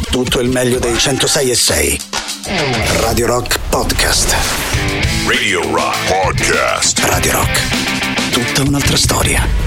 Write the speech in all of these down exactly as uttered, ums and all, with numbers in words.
tutto il meglio dei centosei e sei. Radio Rock Podcast. Radio Rock Podcast. Radio Rock. Tutta un'altra storia.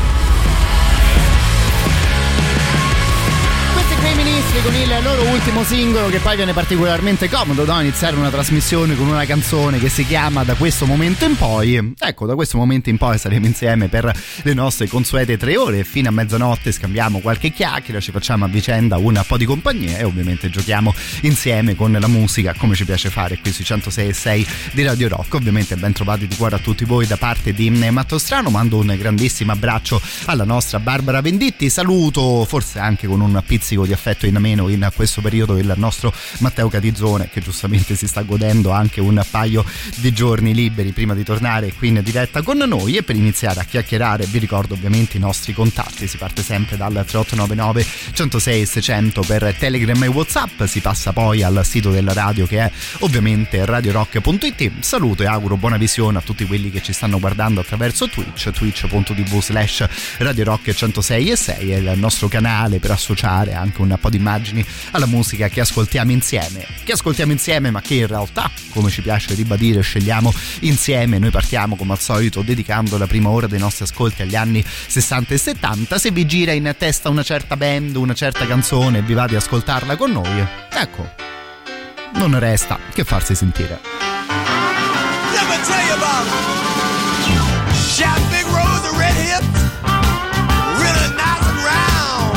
Quei Ministri con il loro ultimo singolo, che poi viene particolarmente comodo, no? Iniziare una trasmissione con una canzone che si chiama Da questo momento in poi. Ecco, da questo momento in poi saremo insieme per le nostre consuete tre ore e fino a mezzanotte scambiamo qualche chiacchiera, ci facciamo a vicenda un po' di compagnia e ovviamente giochiamo insieme con la musica, come ci piace fare qui sui centosei e sei di Radio Rock. Ovviamente ben trovati di cuore a tutti voi da parte di Mattostrano. Mando un grandissimo abbraccio alla nostra Barbara Venditti, saluto forse anche con un pizzico di affetto in meno in questo periodo il nostro Matteo Catizzone, che giustamente si sta godendo anche un paio di giorni liberi prima di tornare qui in diretta con noi. E per iniziare a chiacchierare vi ricordo ovviamente i nostri contatti, si parte sempre dal tre otto nove nove centosei seicento per Telegram e WhatsApp, si passa poi al sito della radio che è ovviamente radiorock punto it. Saluto e auguro buona visione a tutti quelli che ci stanno guardando attraverso Twitch, twitch punto tv slash radiorock centosei e sei è il nostro canale per associare anche un po' di immagini alla musica che ascoltiamo insieme che ascoltiamo insieme ma che in realtà, come ci piace ribadire, scegliamo insieme. Noi partiamo come al solito dedicando la prima ora dei nostri ascolti agli anni sessanta e settanta. Se vi gira in testa una certa band, una certa canzone e vi va di ascoltarla con noi, ecco, non resta che farsi sentire. Let me tell you about Shot big rose of red hips, really nice and round.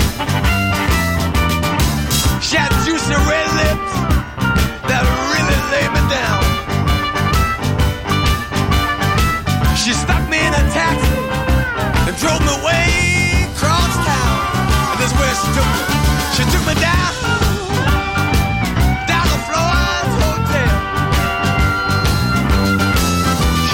Shot juicy red lips that really lay me down. She stuck me in a taxi and drove me way across town. And this is where she took me. She took me down, down the Florence Hotel.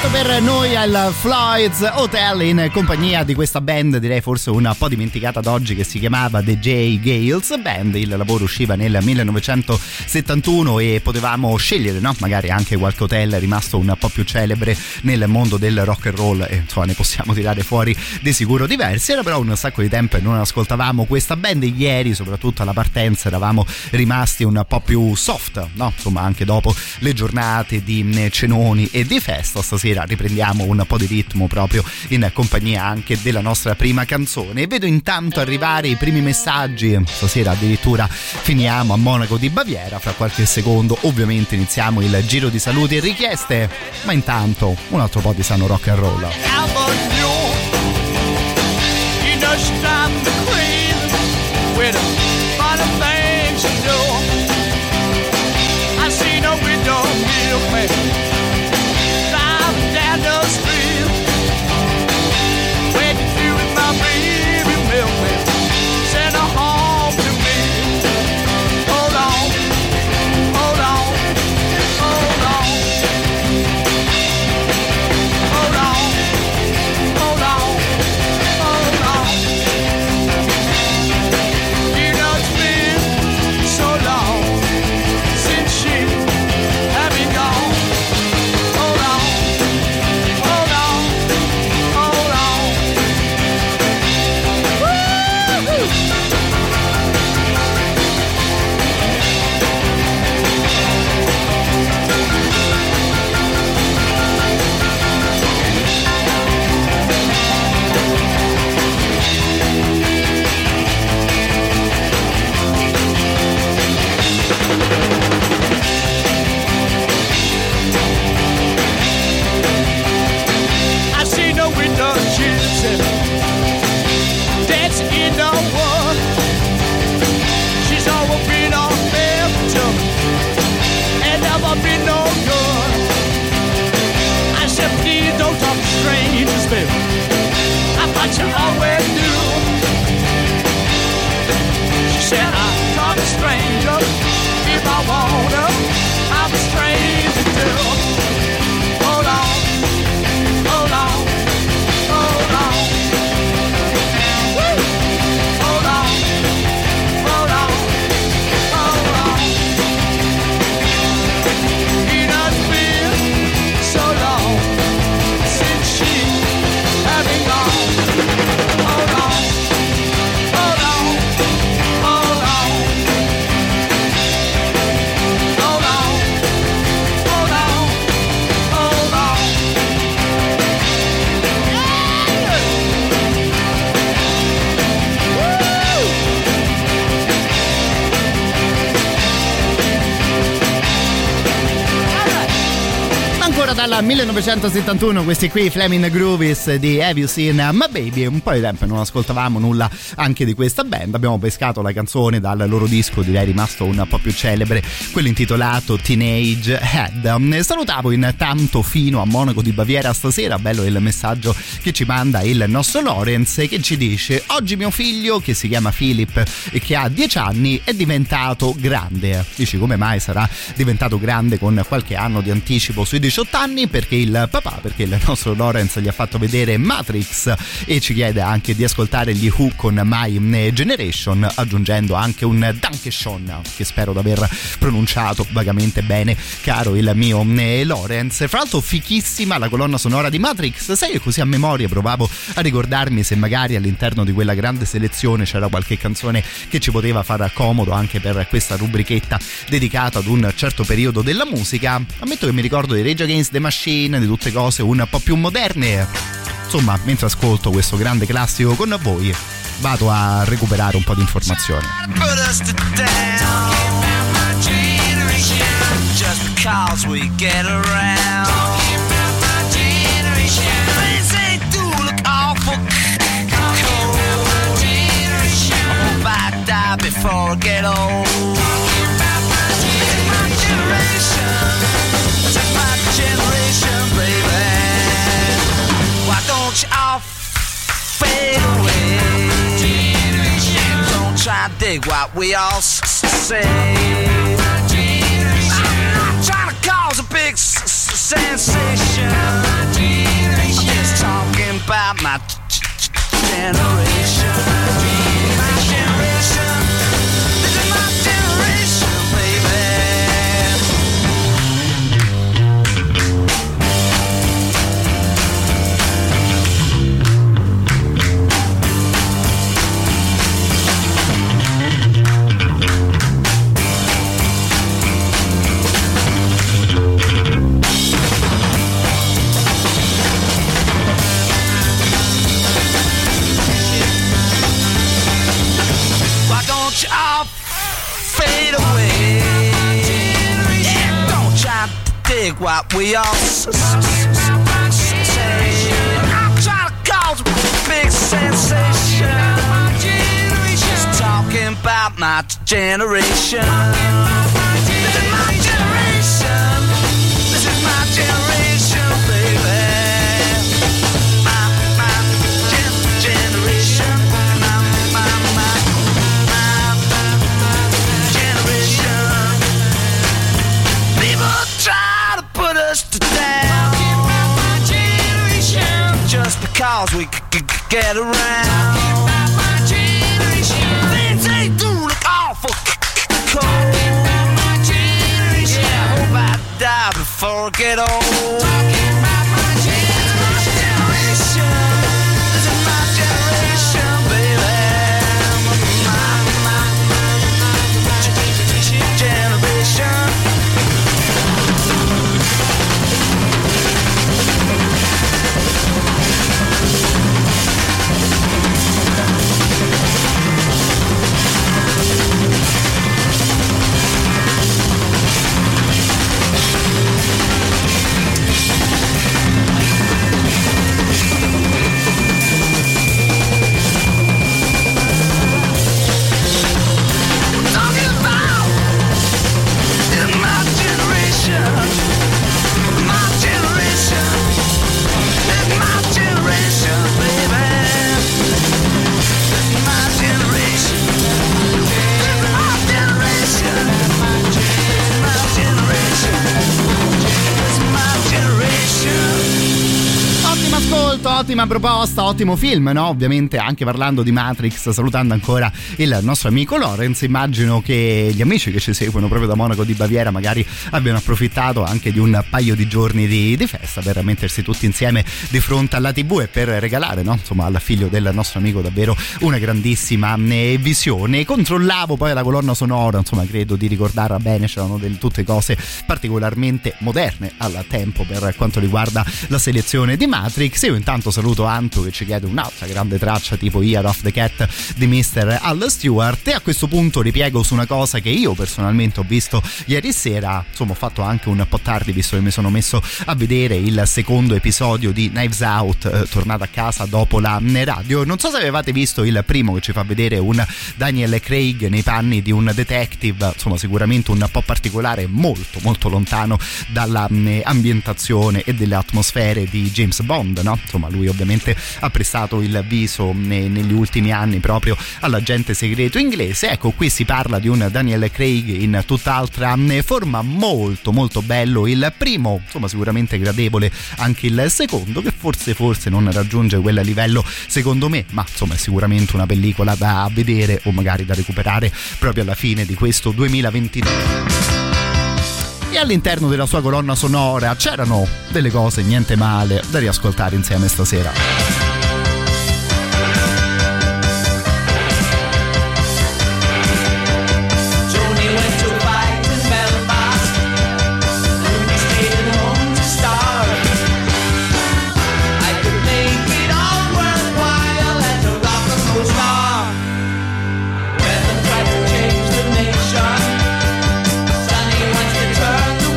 per noi al Floyd's Hotel in compagnia di questa band, direi forse un po' dimenticata d'oggi, che si chiamava The J. Gales Band. Il lavoro usciva nel millenovecentosettantuno e potevamo scegliere, no? Magari anche qualche hotel rimasto un po' più celebre nel mondo del rock and roll, e insomma ne possiamo tirare fuori di sicuro diversi. Era però un sacco di tempo e non ascoltavamo questa band. Ieri, soprattutto alla partenza, eravamo rimasti un po' più soft, no? Insomma, anche dopo le giornate di cenoni e di festa, stasera riprendiamo un po' di ritmo proprio in compagnia anche della nostra prima canzone. E vedo intanto arrivare i primi messaggi. Stasera addirittura finiamo a Monaco di Baviera. Fra qualche secondo ovviamente iniziamo il giro di saluti e richieste, ma intanto un altro po' di sano rock and roll. Dal millenovecentosettantuno questi qui Flaming Groovies di Have You Seen My Baby. Un po' di tempo non ascoltavamo nulla anche di questa band. Abbiamo pescato la canzone dal loro disco, direi rimasto un po' più celebre, quello intitolato Teenage Head. Salutavo intanto fino a Monaco di Baviera stasera. Bello il messaggio che ci manda il nostro Lorenz, che ci dice: oggi mio figlio, che si chiama Philip e che ha dieci anni, è diventato grande. Dici, come mai sarà diventato grande con qualche anno di anticipo sui diciotto anni? Perché il papà, perché il nostro Lorenz gli ha fatto vedere Matrix e ci chiede anche di ascoltare gli Who con My Generation, aggiungendo anche un Dankeschön, che spero di aver pronunciato vagamente bene, caro il mio Lorenz. Fra l'altro fichissima la colonna sonora di Matrix. Sai che così a memoria provavo a ricordarmi se magari all'interno di quella grande selezione c'era qualche canzone che ci poteva far comodo anche per questa rubrichetta dedicata ad un certo periodo della musica. Ammetto che mi ricordo di Rage Against the Machine, di tutte cose un po' più moderne. Insomma, mentre ascolto questo grande classico con voi, vado a recuperare un po' di informazioni. Before I get old, don't you all fade away? Don't try to dig what we all say. I'm trying to cause a big s- s- sensation. dig what we all say. I'm trying to cause a big sensation. Just talking about my generation. This is my generation. This is my generation, baby. My, my gen- generation. My, my, my, my, my generation. People try to put us to down. My generation. Just because we c- c- get around. My generation. Things they do look awful c- c- cold. My generation. Yeah, I hope I die before I get old. Talking about my generation. This is my generation, baby. My, my, my, my generation. Ottima proposta, ottimo film, no? Ovviamente anche parlando di Matrix, salutando ancora il nostro amico Lorenz. Immagino che gli amici che ci seguono proprio da Monaco di Baviera magari abbiano approfittato anche di un paio di giorni di, di festa per mettersi tutti insieme di fronte alla tivù e per regalare, no? Insomma, al figlio del nostro amico davvero una grandissima visione. Controllavo poi la colonna sonora, insomma, credo di ricordarla bene, c'erano delle, tutte cose particolarmente moderne al tempo per quanto riguarda la selezione di Matrix. Io intanto saluto Anto che ci chiede un'altra grande traccia tipo Year of the Cat di mister Al Stewart, e a questo punto ripiego su una cosa che io personalmente ho visto ieri sera. Insomma, ho fatto anche un po' tardi visto che mi sono messo a vedere il secondo episodio di Knives Out, eh, tornato a casa dopo la radio. Non so se avevate visto il primo, che ci fa vedere un Daniel Craig nei panni di un detective, insomma sicuramente un po' particolare, molto molto lontano dalla mh, ambientazione e delle atmosfere di James Bond, no? Insomma, lui ovviamente ha prestato il viso ne, negli ultimi anni proprio all'agente segreto inglese. Ecco, qui si parla di un Daniel Craig in tutt'altra forma. Molto molto bello il primo, insomma sicuramente gradevole anche il secondo, che forse forse non raggiunge quel livello secondo me, ma insomma è sicuramente una pellicola da vedere o magari da recuperare proprio alla fine di questo duemilaventidue. E all'interno della sua colonna sonora c'erano delle cose niente male da riascoltare insieme stasera.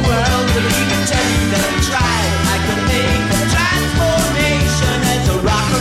Rock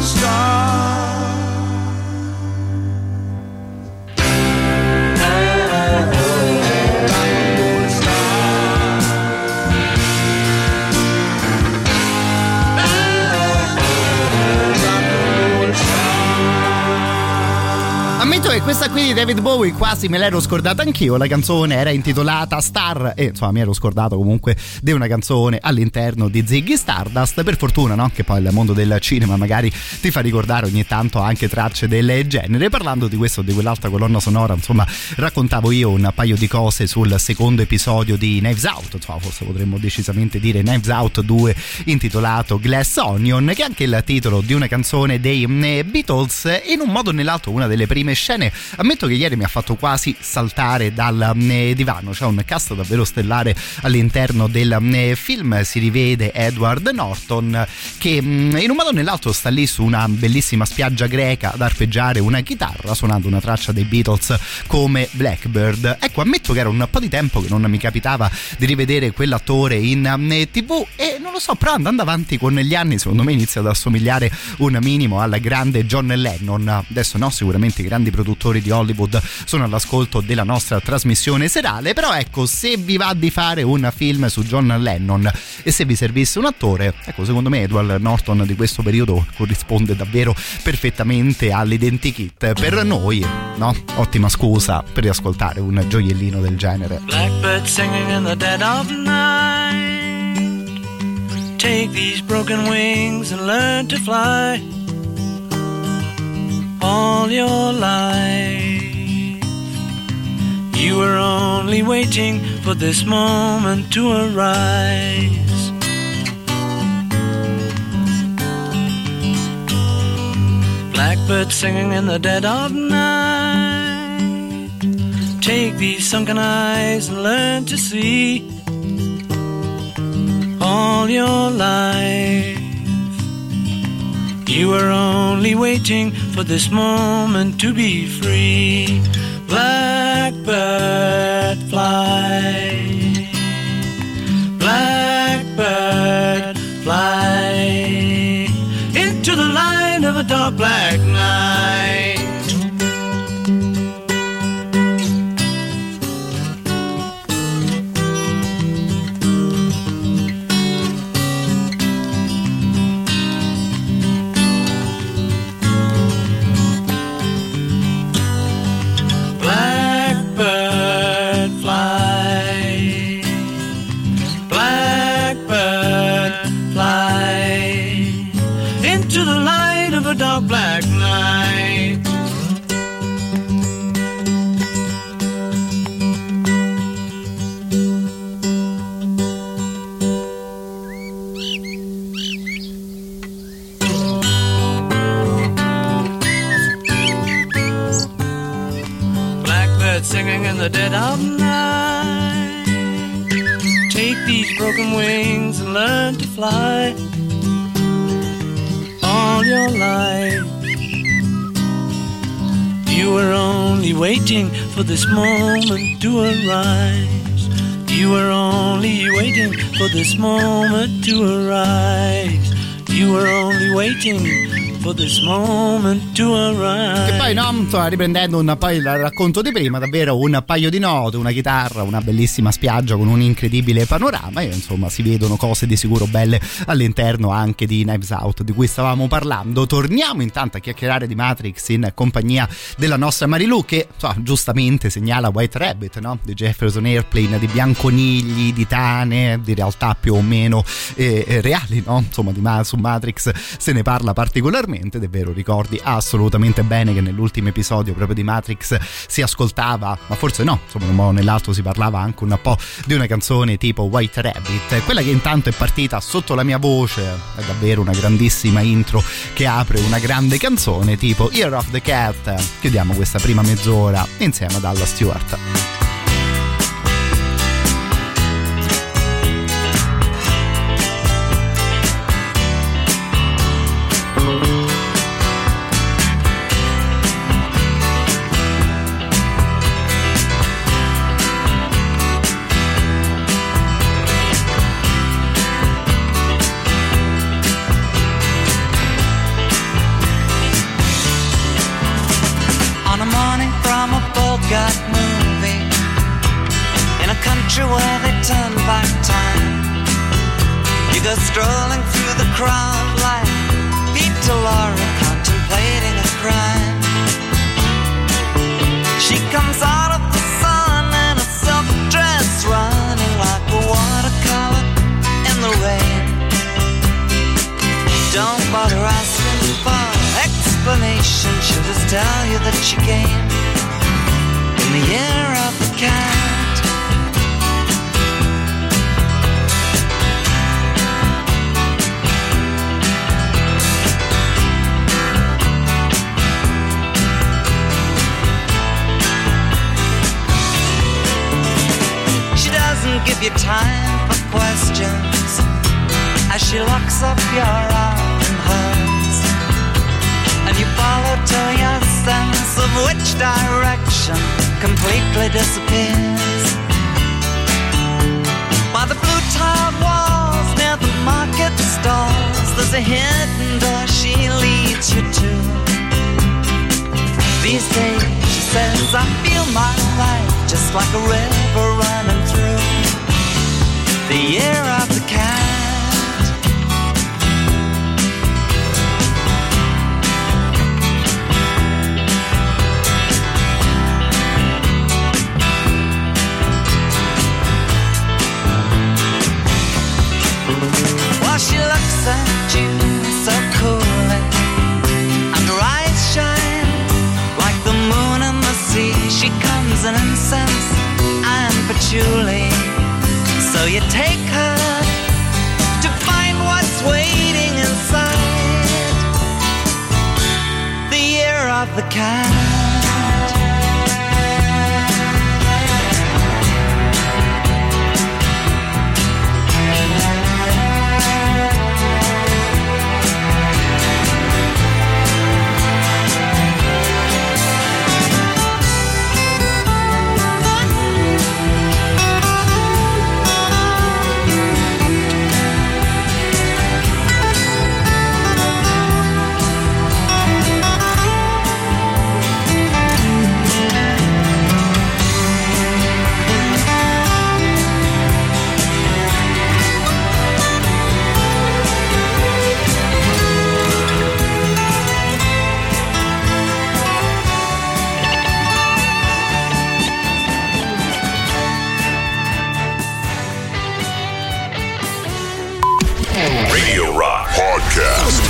star. Ammetto che questa qui di David Bowie quasi me l'ero scordata anch'io. La canzone era intitolata Star e insomma mi ero scordato comunque di una canzone all'interno di Ziggy Stardust. Per fortuna, no? Che poi il mondo del cinema magari ti fa ricordare ogni tanto anche tracce del genere. Parlando di questo o di quell'altra colonna sonora, insomma, raccontavo io un paio di cose sul secondo episodio di Knives Out, insomma, forse potremmo decisamente dire Knives Out due, intitolato Glass Onion, che è anche il titolo di una canzone dei Beatles. In un modo o nell'altro una delle prime scene, ammetto che ieri mi ha fatto quasi saltare dal divano. C'è un cast davvero stellare all'interno del film. Si rivede Edward Norton che in un modo o nell'altro sta lì su una bellissima spiaggia greca ad arpeggiare una chitarra suonando una traccia dei Beatles come Blackbird. Ecco, ammetto che era un po' di tempo che non mi capitava di rivedere quell'attore in tv e non lo so, però andando avanti con gli anni secondo me inizia ad assomigliare un minimo al grande John Lennon. Adesso no, sicuramente i grandi produttori di Hollywood sono all'ascolto della nostra trasmissione serale, però ecco, se vi va di fare un film su John Lennon e se vi servisse un attore, ecco, secondo me Edward Norton di questo periodo corrisponde davvero perfettamente all'identikit per noi, no? Ottima scusa per riascoltare un gioiellino del genere. Blackbird singing in the dead of night. Take these broken wings and learn to fly. All your life you were only waiting for this moment to arise. Blackbird singing in the dead of night. Take these sunken eyes and learn to see. All your life you were only waiting for this moment to be free. Blackbird fly, blackbird fly into the light of a dark black night. Dark black night. Blackbird singing in the dead of night. Take these broken wings and learn to fly. All your life you were only waiting for this moment to arise. You were only waiting for this moment to arise. You were only waiting for this moment to arise. Che poi, no, insomma, riprendendo un po' il racconto di prima, davvero un paio di note, una chitarra, una bellissima spiaggia con un incredibile panorama e insomma si vedono cose di sicuro belle all'interno anche di Knives Out di cui stavamo parlando. Torniamo intanto a chiacchierare di Matrix in compagnia della nostra Marilu che insomma, giustamente segnala White Rabbit, no? Di Jefferson Airplane, di bianconigli, di tane, di realtà più o meno eh, reali, no? Insomma di Ma- su Matrix se ne parla particolarmente. Ed è vero, ricordi assolutamente bene che nell'ultimo episodio proprio di Matrix si ascoltava, ma forse no, insomma in un modo o nell'altro si parlava anche un po' di una canzone tipo White Rabbit. Quella che intanto è partita sotto la mia voce è davvero una grandissima intro che apre una grande canzone tipo Year of the Cat. Chiudiamo questa prima mezz'ora insieme ad Alla Stewart. country where they turn back time. You go strolling through the crowd like Peter Lorre contemplating a crime. She comes out of the sun in a silk dress, running like a watercolor in the rain. Don't bother asking for explanation, she'll just tell you that she came in the year of the cat. She doesn't give you time for questions as she locks up your arm in hers, and you follow till your sense of which direction completely disappears. By the blue tiled walls near the market stalls, there's a hidden door she leads you to. These days, she says, I feel my life just like a river running through the year of the cat. Well, she looks at you so coolly, and her eyes shine like the moon and the sea. She comes in incense and patchouli, so you take her to find what's waiting inside the year of the cat. Radio Rock Podcast.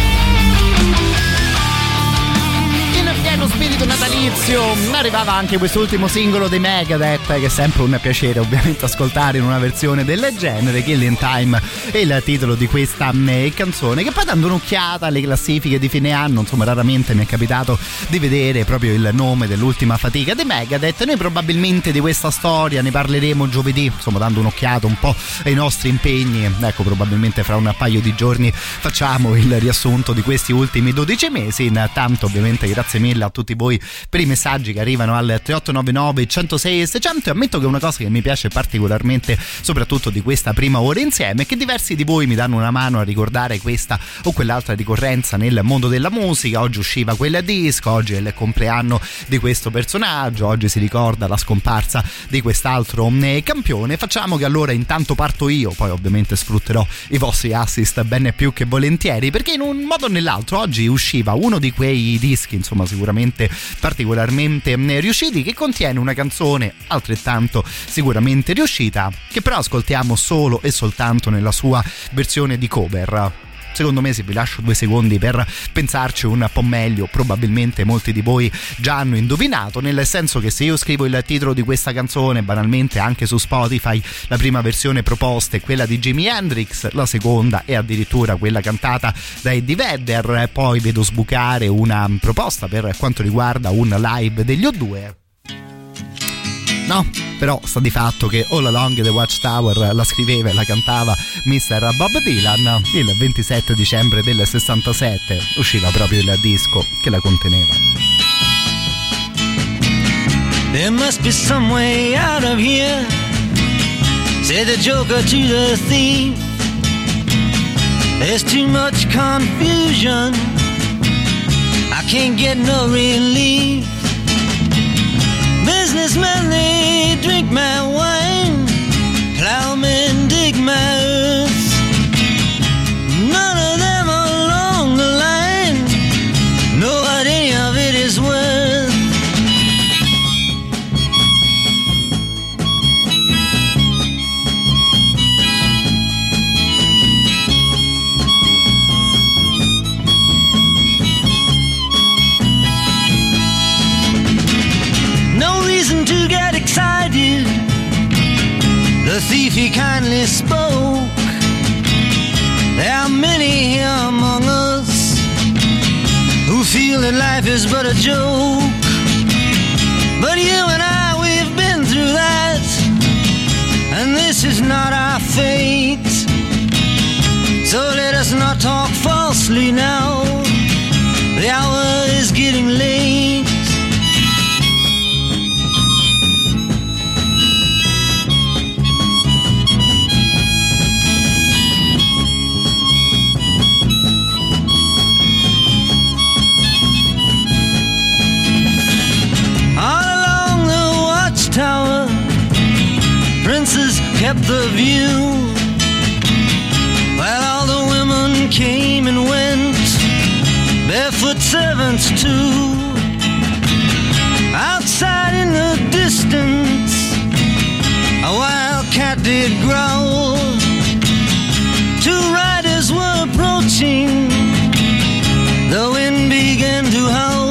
Lo spirito natalizio arrivava anche quest'ultimo singolo dei Megadeth, che è sempre un piacere ovviamente ascoltare in una versione del genere. Killing Time è il titolo di questa canzone, che poi, dando un'occhiata alle classifiche di fine anno, insomma raramente mi è capitato di vedere proprio il nome dell'ultima fatica dei Megadeth. Noi probabilmente di questa storia ne parleremo giovedì, insomma dando un'occhiata un po' ai nostri impegni. Ecco, probabilmente fra un paio di giorni facciamo il riassunto di questi ultimi dodici mesi. Intanto ovviamente grazie mille a tutti voi per i messaggi che arrivano al tre otto nove nove, centosei e seicento. E ammetto che una cosa che mi piace particolarmente soprattutto di questa prima ora insieme è che diversi di voi mi danno una mano a ricordare questa o quell'altra ricorrenza nel mondo della musica. Oggi usciva quel disco, oggi è il compleanno di questo personaggio, oggi si ricorda la scomparsa di quest'altro campione. Facciamo che allora intanto parto io, poi ovviamente sfrutterò i vostri assist ben più che volentieri, perché in un modo o nell'altro oggi usciva uno di quei dischi, insomma sicuramente particolarmente riusciti, che contiene una canzone altrettanto sicuramente riuscita, che però ascoltiamo solo e soltanto nella sua versione di cover. Secondo me, se vi lascio due secondi per pensarci un po' meglio, probabilmente molti di voi già hanno indovinato, nel senso che se io scrivo il titolo di questa canzone, banalmente anche su Spotify la prima versione proposta è quella di Jimi Hendrix, la seconda è addirittura quella cantata da Eddie Vedder, poi vedo sbucare una proposta per quanto riguarda un live degli O due. No, però sta di fatto che All Along the Watchtower la scriveva e la cantava mister Bob Dylan. Il ventisette dicembre del sessantasette usciva proprio il disco che la conteneva. There must be some way out of here, said the joker to the thief. There's too much confusion, I can't get no relief. Businessmen, they drink my wine, that life is but a joke. But you and I, we've been through that, and this is not our fate. So let us not talk falsely now. The hour is getting late. Tower, princes kept the view, while all the women came and went, barefoot servants too. Outside in the distance, a wild cat did growl. Two riders were approaching, the wind began to howl.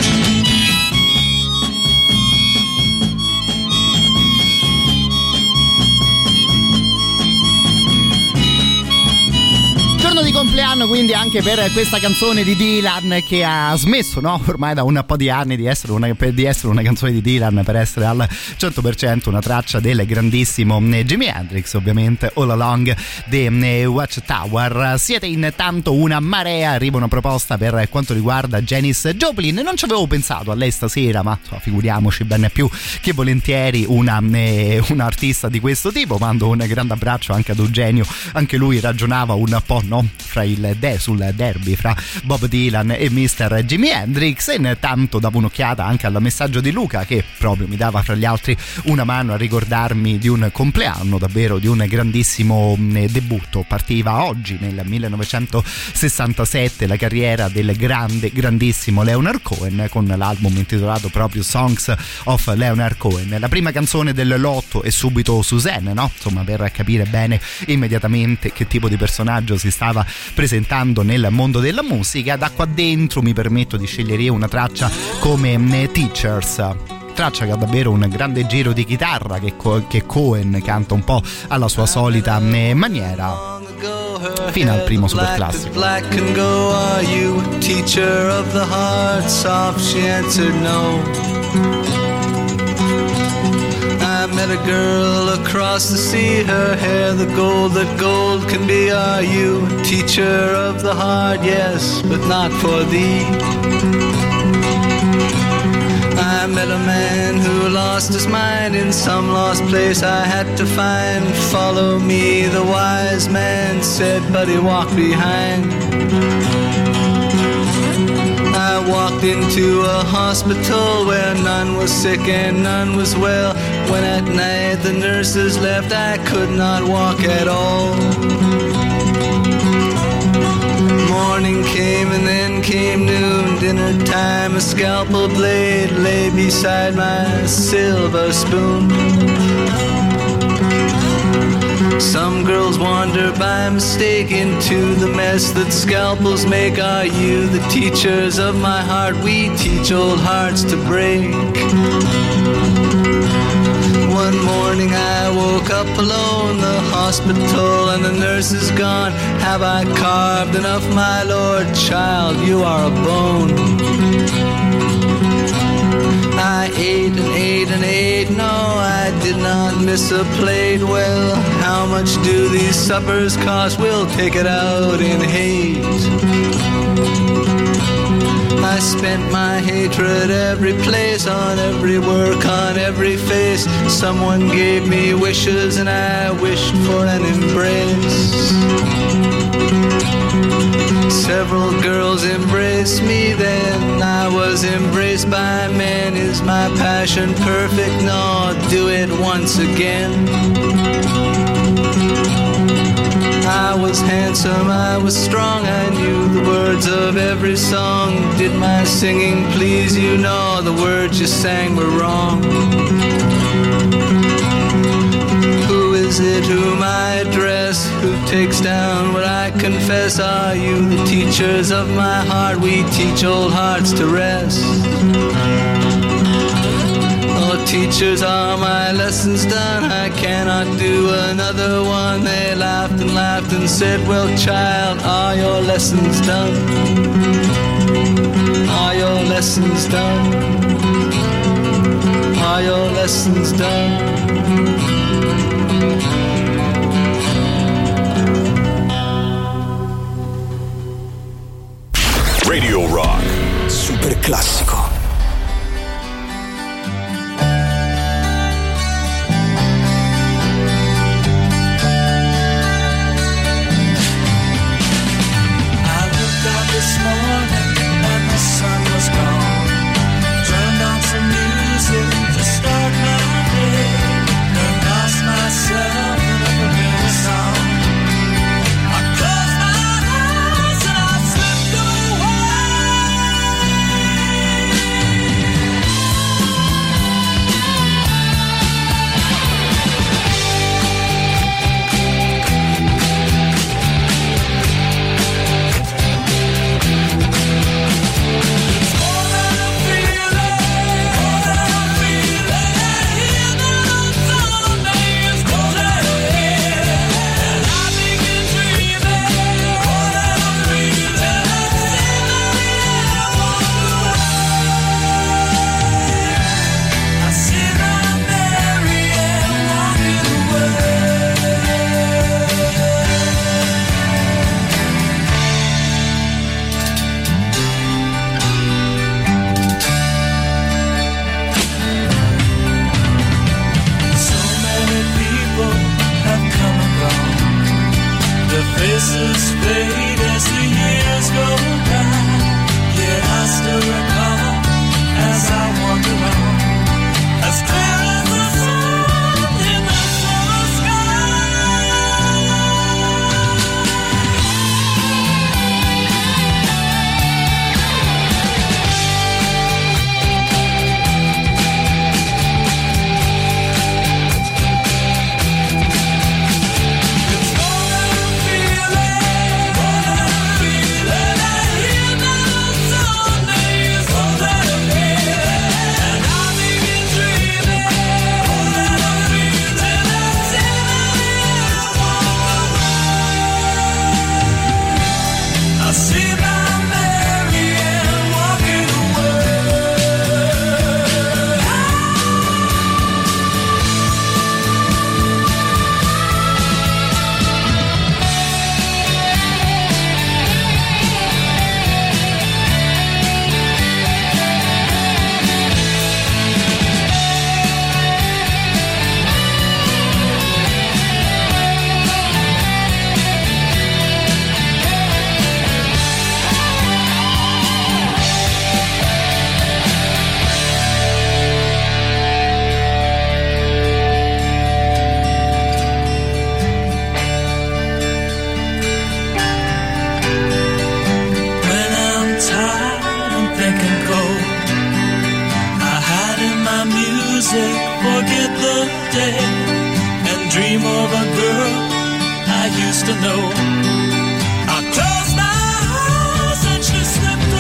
Di compleanno quindi anche per questa canzone di Dylan, che ha smesso, no, ormai da un po' di anni di essere una, di essere una canzone di Dylan per essere al cento per cento una traccia del grandissimo Jimi Hendrix, ovviamente All Along the Watchtower. Siete intanto una marea, arriva una proposta per quanto riguarda Janis Joplin. Non ci avevo pensato a lei stasera, ma so, figuriamoci bene più che volentieri una, eh, un artista di questo tipo. Mando un grande abbraccio anche ad Eugenio, anche lui ragionava un po', no, fra il de- sul derby fra Bob Dylan e mister Jimi Hendrix. E intanto davo un'occhiata anche al messaggio di Luca, che proprio mi dava fra gli altri una mano a ricordarmi di un compleanno, davvero di un grandissimo debutto. Partiva oggi nel millenovecentosessantasette la carriera del grande, grandissimo Leonard Cohen, con l'album intitolato proprio Songs of Leonard Cohen. La prima canzone del lotto è subito Suzanne, no? Insomma, per capire bene immediatamente che tipo di personaggio si stava presentando nel mondo della musica. Da qua dentro mi permetto di scegliere una traccia come Teachers, traccia che ha davvero un grande giro di chitarra, che, che Cohen canta un po' alla sua solita maniera fino al primo super classico. I met a girl across the sea, her hair the gold that gold can be. Are you a teacher of the heart? Yes, but not for thee. I met a man who lost his mind in some lost place I had to find. Follow me, the wise man said, but he walked behind. I walked into a hospital where none was sick and none was well. When at night the nurses left, I could not walk at all. Morning came and then came noon, dinner time, a scalpel blade lay beside my silver spoon. Some girls wander by mistake into the mess that scalpels make. Are you the teachers of my heart? We teach old hearts to break. One morning I woke up alone, the hospital and the nurse is gone. Have I carved enough, my lord? Child, you are a bone. I ate and ate and ate, no, I did not miss a plate. Well, how much do these suppers cost? We'll take it out in hate. I spent my hatred every place, on every work, on every face. Someone gave me wishes and I wished for an embrace. Several girls embraced me, then I was embraced by men. Is my passion perfect? No, do it once again. I was handsome, I was strong, I knew the words of every song. Did my singing please you? No, the words you sang were wrong. Who is it whom I address? Who takes down what I confess? Are you the teachers of my heart? We teach old hearts to rest. Oh, teachers, are my lessons done? I cannot do another one. They laughed and laughed and said, well, child, are your lessons done? Are your lessons done? Are your lessons done? Radio Rock. Super classico. This morning and the sun was gone. Turned on some music to start my day and lost myself in a familiar song. I closed my eyes and I slipped away. Faces fade as the years go by, yet I still recall as I wander on, as clear as the sun in the summer forget the day and dream of a girl I used to know. I closed my eyes and she slipped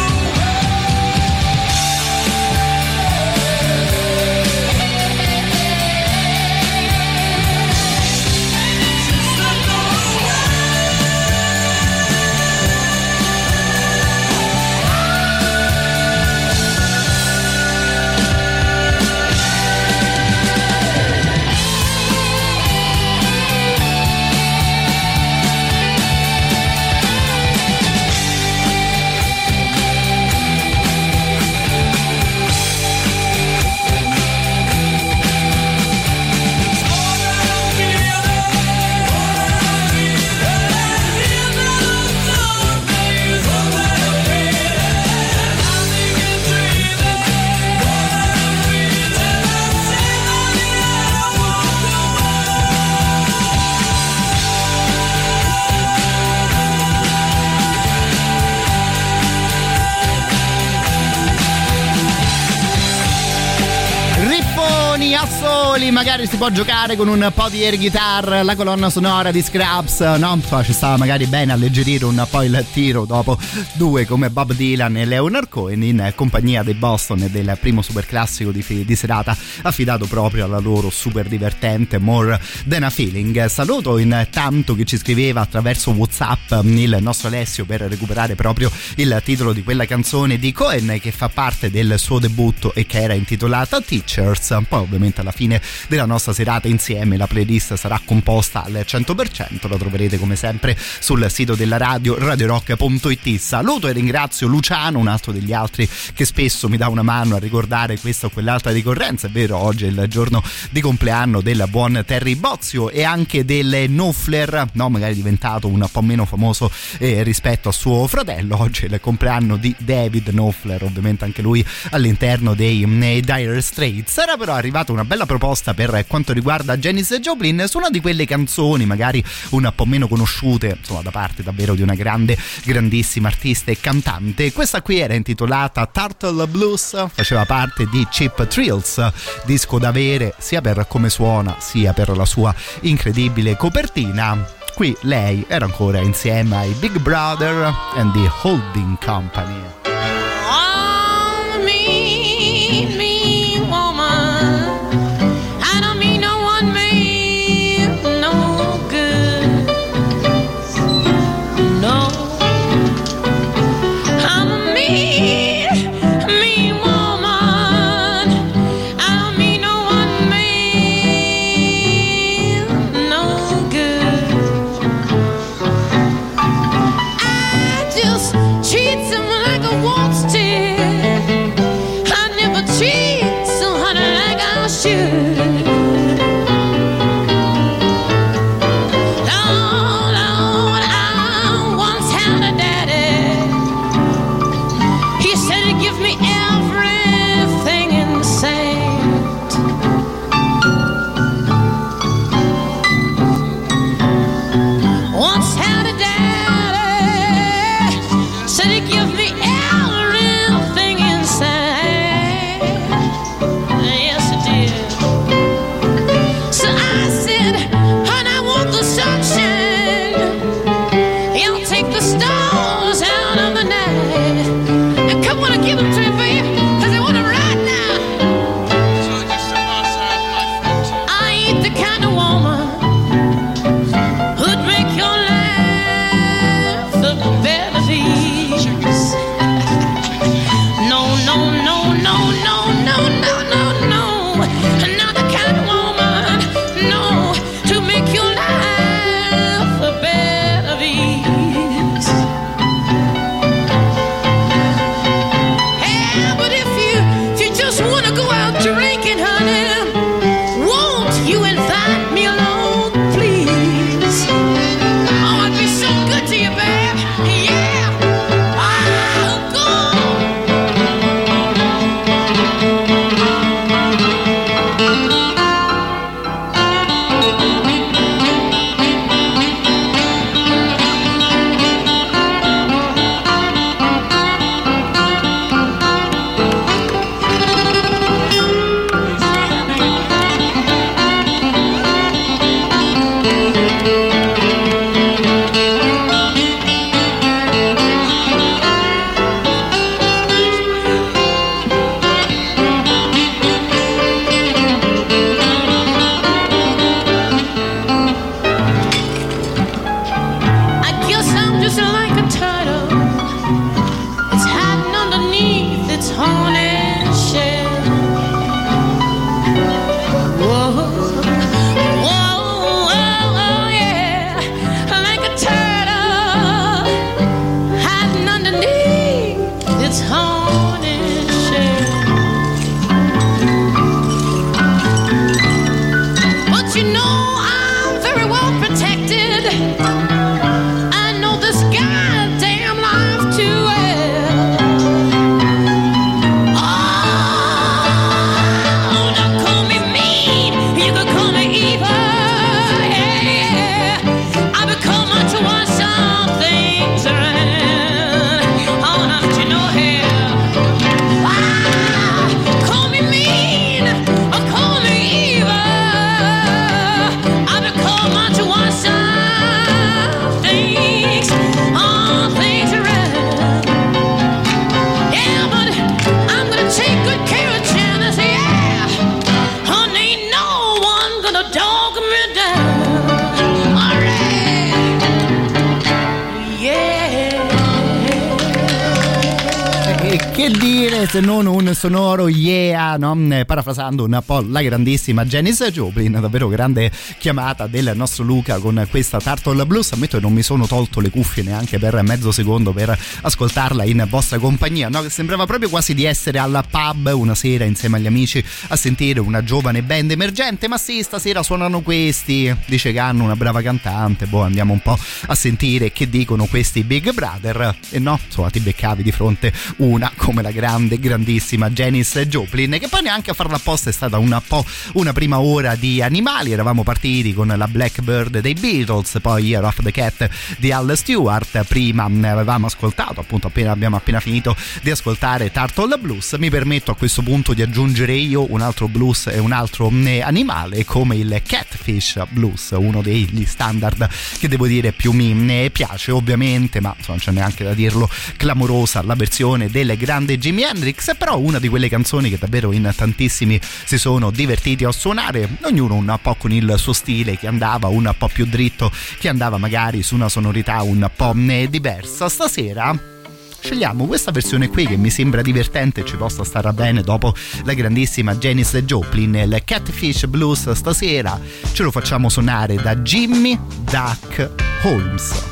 piccoli magari si può giocare con un po' di air guitar, la colonna sonora di Scraps, no? Ci stava magari bene alleggerire un po' il tiro dopo due come Bob Dylan e Leonard Cohen in compagnia dei Boston e del primo super classico di, di serata affidato proprio alla loro super divertente More Than a Feeling. Saluto intanto chi ci scriveva attraverso WhatsApp, il nostro Alessio, per recuperare proprio il titolo di quella canzone di Cohen che fa parte del suo debutto e che era intitolata Teachers. Poi ovviamente alla fine della nostra serata insieme la playlist sarà composta al cento per cento, la troverete come sempre sul sito della radio radio rock punto it. Saluto e ringrazio Luciano, un altro degli altri che spesso mi dà una mano a ricordare questa o quell'altra ricorrenza. È vero, oggi è il giorno di compleanno del buon Terry Bozzio e anche del Knopfler, no, magari diventato un po' meno famoso eh, rispetto a suo fratello. Oggi è il compleanno di David Knopfler, ovviamente anche lui all'interno dei eh, Dire Straits. Era però arrivata una bella proposta per quanto riguarda Janis Joplin su una di quelle canzoni magari un po' meno conosciute, insomma, da parte davvero di una grande, grandissima artista e cantante. Questa qui era intitolata Turtle Blues, faceva parte di Cheap Thrills, disco da avere sia per come suona sia per la sua incredibile copertina. Qui lei era ancora insieme ai Big Brother and the Holding Company. Oh, me, me woman, I don't mean no one man no good. No, I'm a mean, mean woman. I don't mean no one man no good. I just treat someone like I want to. I never treat someone like I should. Lord, Lord, I once had a daddy. He said he'd give me everything in sight. Once had a daddy, said he'd give me everything inside. Yes, it did. So I said, honey, I want the sunshine. Y'all take the stars out of the night. And come on and give them to me, baby, cause I want them right now. I ain't the kind of woman who'd make your life look better, please. E che dire se non un sonoro yeah, no? Parafrasando un po' la grandissima Janis Joplin, davvero grande chiamata del nostro Luca con questa Turtle Blues. Ammetto che non mi sono tolto le cuffie neanche per mezzo secondo per ascoltarla in vostra compagnia, no? Che sembrava proprio quasi di essere al pub una sera insieme agli amici a sentire una giovane band emergente. Ma sì, stasera suonano questi, dice che hanno una brava cantante, boh, andiamo un po' a sentire che dicono questi Big Brother. E no, insomma, ti beccavi di fronte una come la grande, grandissima Janis Joplin, che poi neanche a farla apposta è stata un po' una prima ora di animali. Eravamo partiti con la Blackbird dei Beatles, poi Year of the Cat di Al Stewart, prima avevamo ascoltato, appunto appena abbiamo appena finito di ascoltare Turtle Blues. Mi permetto a questo punto di aggiungere io un altro blues e un altro animale come il Catfish Blues, uno degli standard che devo dire più mi piace ovviamente, ma insomma non c'è neanche da dirlo, clamorosa la versione del grande Jimi Hendrix, però una di quelle canzoni che davvero in tantissimi si sono divertiti a suonare, ognuno un po' con il suo stile, che andava un po' più dritto, che andava magari su una sonorità un po' diversa. Stasera scegliamo questa versione qui che mi sembra divertente e ci possa stare bene dopo la grandissima Janis Joplin. Il Catfish Blues stasera ce lo facciamo suonare da Jimmy Duck Holmes.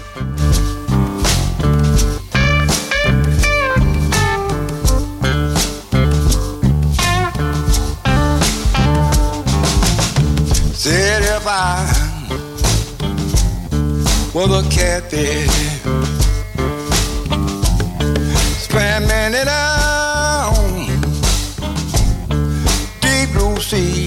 Said if I was a catfish, swimming it down deep blue sea,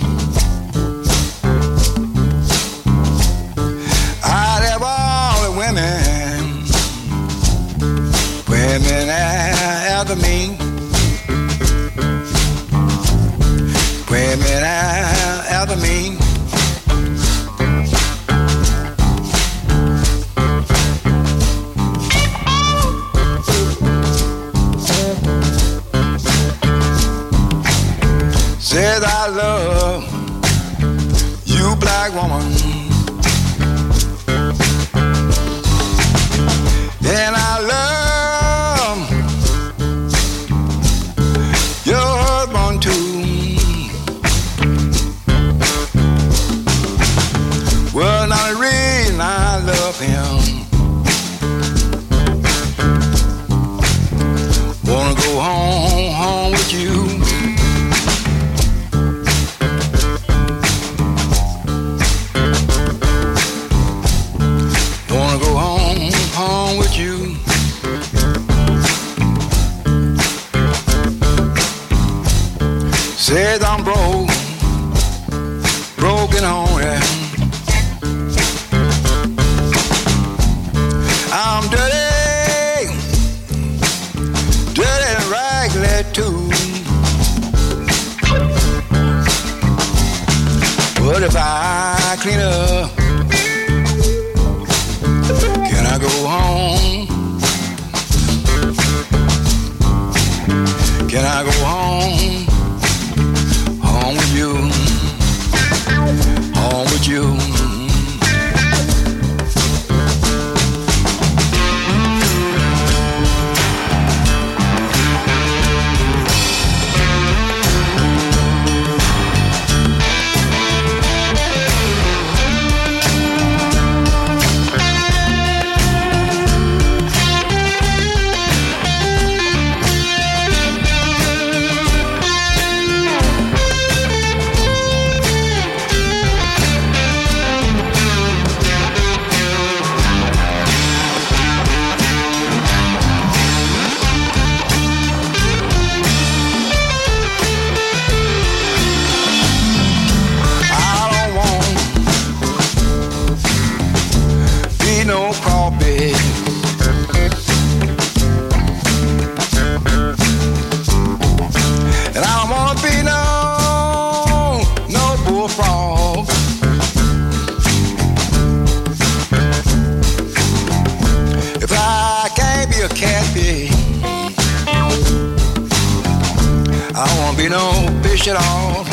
I'd have all the women, women after me, women after me. Says I love you, black woman, and I love your husband too. Well, now the reason I love him, wanna go home, home with you. Says I'm broke, broken home, yeah. I'm dirty, dirty and raggedy too. But if I clean up, can I go home? Can I go home? Home with you, home with you. Be no fish at all.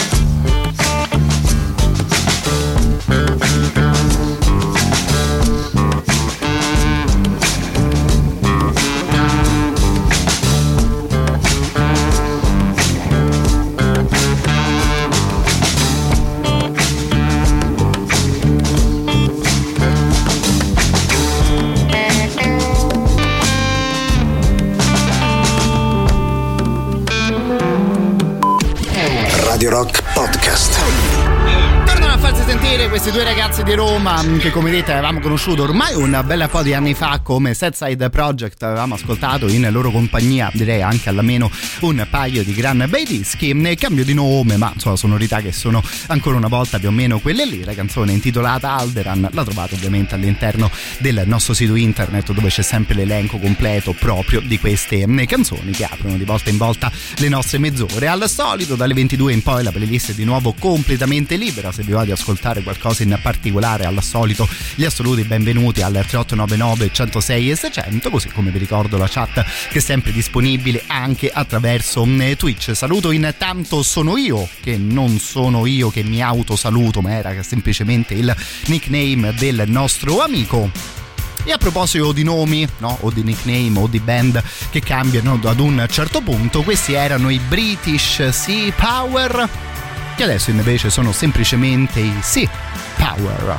Radio Rock Podcast. Tornano a farsi sentire questi due ragazzi di Roma che, come vedete, avevamo conosciuto ormai un bel po' di anni fa come Southside Project. Avevamo ascoltato in loro compagnia, direi anche almeno un paio di gran bei dischi. Cambio di nome, ma insomma sonorità che sono ancora una volta più o meno quelle lì. La canzone intitolata Alderan la trovate ovviamente all'interno del nostro sito internet, dove c'è sempre l'elenco completo proprio di queste canzoni che aprono di volta in volta le nostre mezz'ore. Al solito dalle ventidue in poi la playlist è di nuovo completamente libera. Se vi va di ascoltare qualcosa in particolare, al solito gli assoluti benvenuti al tre otto nove nove uno zero sei e seicento, così come vi ricordo la chat che è sempre disponibile anche attraverso Twitch. Saluto intanto Sono Io, che non sono io che mi autosaluto, ma era semplicemente il nickname del nostro amico. E a proposito di nomi, no, o di nickname o di band che cambiano ad un certo punto, questi erano i British Sea Power, che adesso invece sono semplicemente i Sea Power.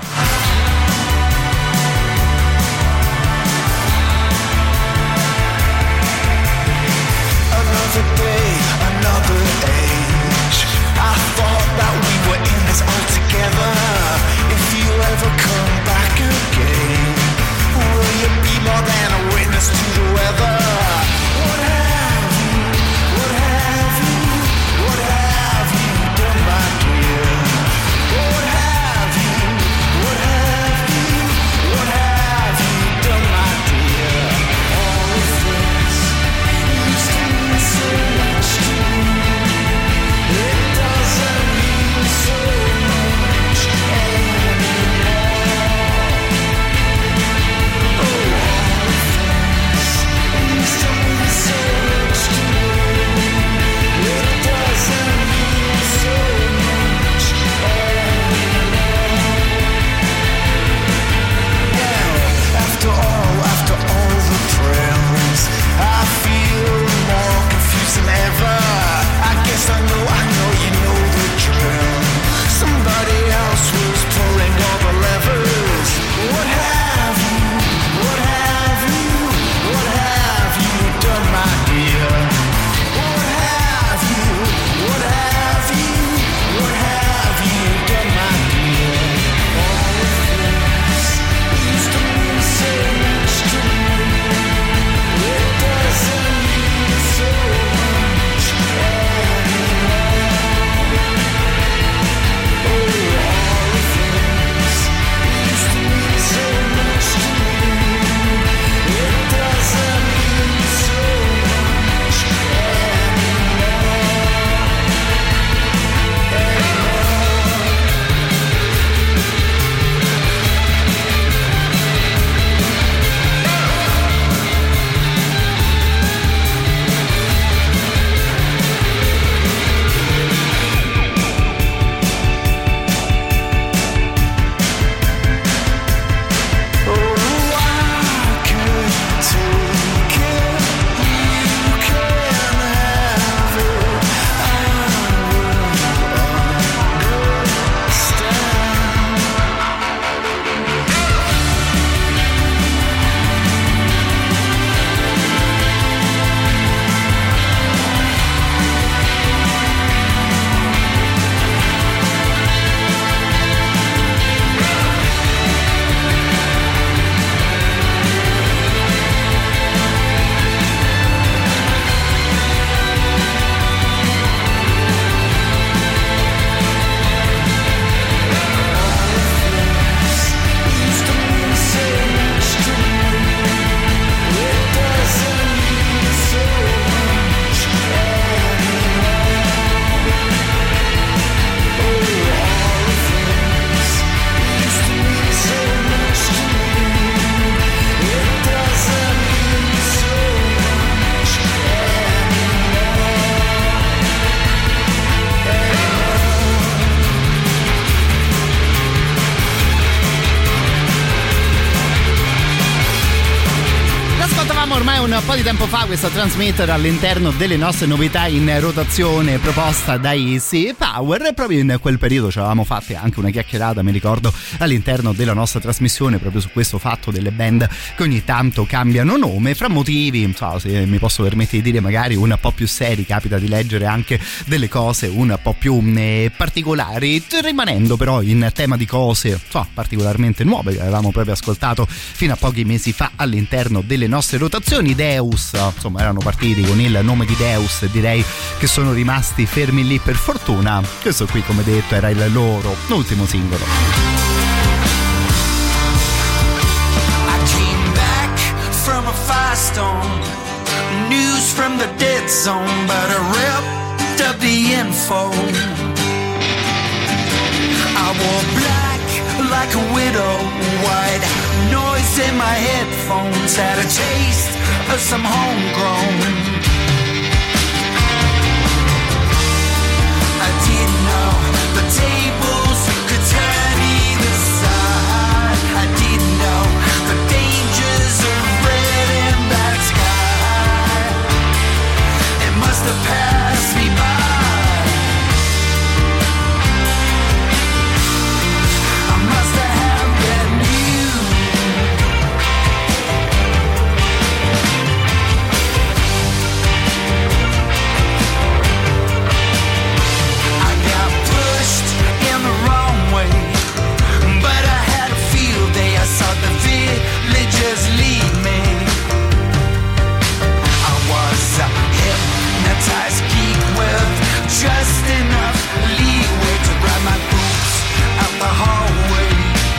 Another day, another age. I thought that we were in this all together. If you ever come back again, will you be more than a witness to the weather? What have you, what have you, what have you done, my dear? What have you, what have un po' di tempo fa questa trasmitter all'interno delle nostre novità in rotazione proposta dai Sea Power. Proprio in quel periodo ci avevamo fatto anche una chiacchierata, mi ricordo, all'interno della nostra trasmissione proprio su questo fatto delle band che ogni tanto cambiano nome fra motivi, so, se mi posso permettere di dire magari un po' più seri, capita di leggere anche delle cose un po' più eh, particolari, rimanendo però in tema di cose so, particolarmente nuove che avevamo proprio ascoltato fino a pochi mesi fa all'interno delle nostre rotazioni. Deus, insomma, erano partiti con il nome di Deus e direi che sono rimasti fermi lì per fortuna. Questo qui, come detto, era il loro ultimo singolo. I came back from a firestorm, news from the dead zone, but I ripped up the info. I wore black like a widow, white noise in my headphones, had a taste of some homegrown. I didn't know the tables could turn either side. I didn't know the dangers of red and black sky. It must have passed me by. Just lead me. I was a hypnotized geek with just enough leeway to grab my boots out the hallway.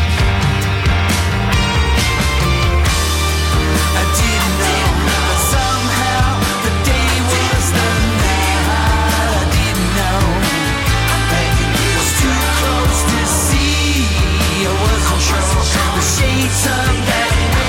I didn't know that somehow the day was the night. I didn't know it was too close to see. I wasn't sure the shades of that.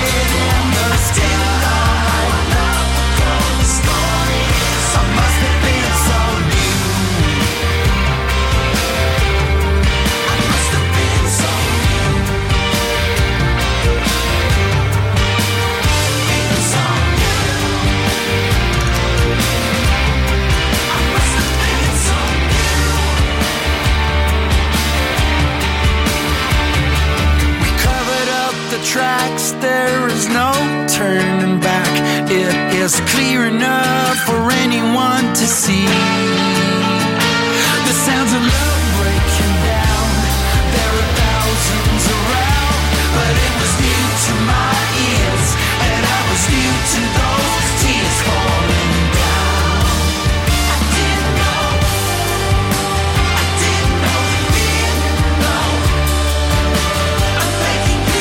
Tracks, there is no turning back. It is clear enough for anyone to see. The sounds of love breaking down, there are thousands around, but it was new to my ears, and I was new to those tears falling down. I didn't know, I didn't know, didn't know. I'm begging you.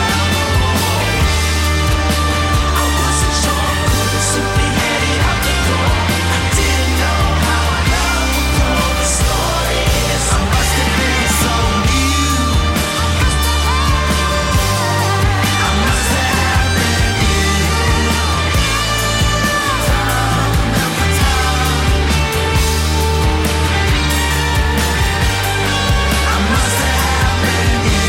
Simply headed out the door. I didn't know how love would go. The story is I must have been so new. I must have been new. Time after time. I must have been new.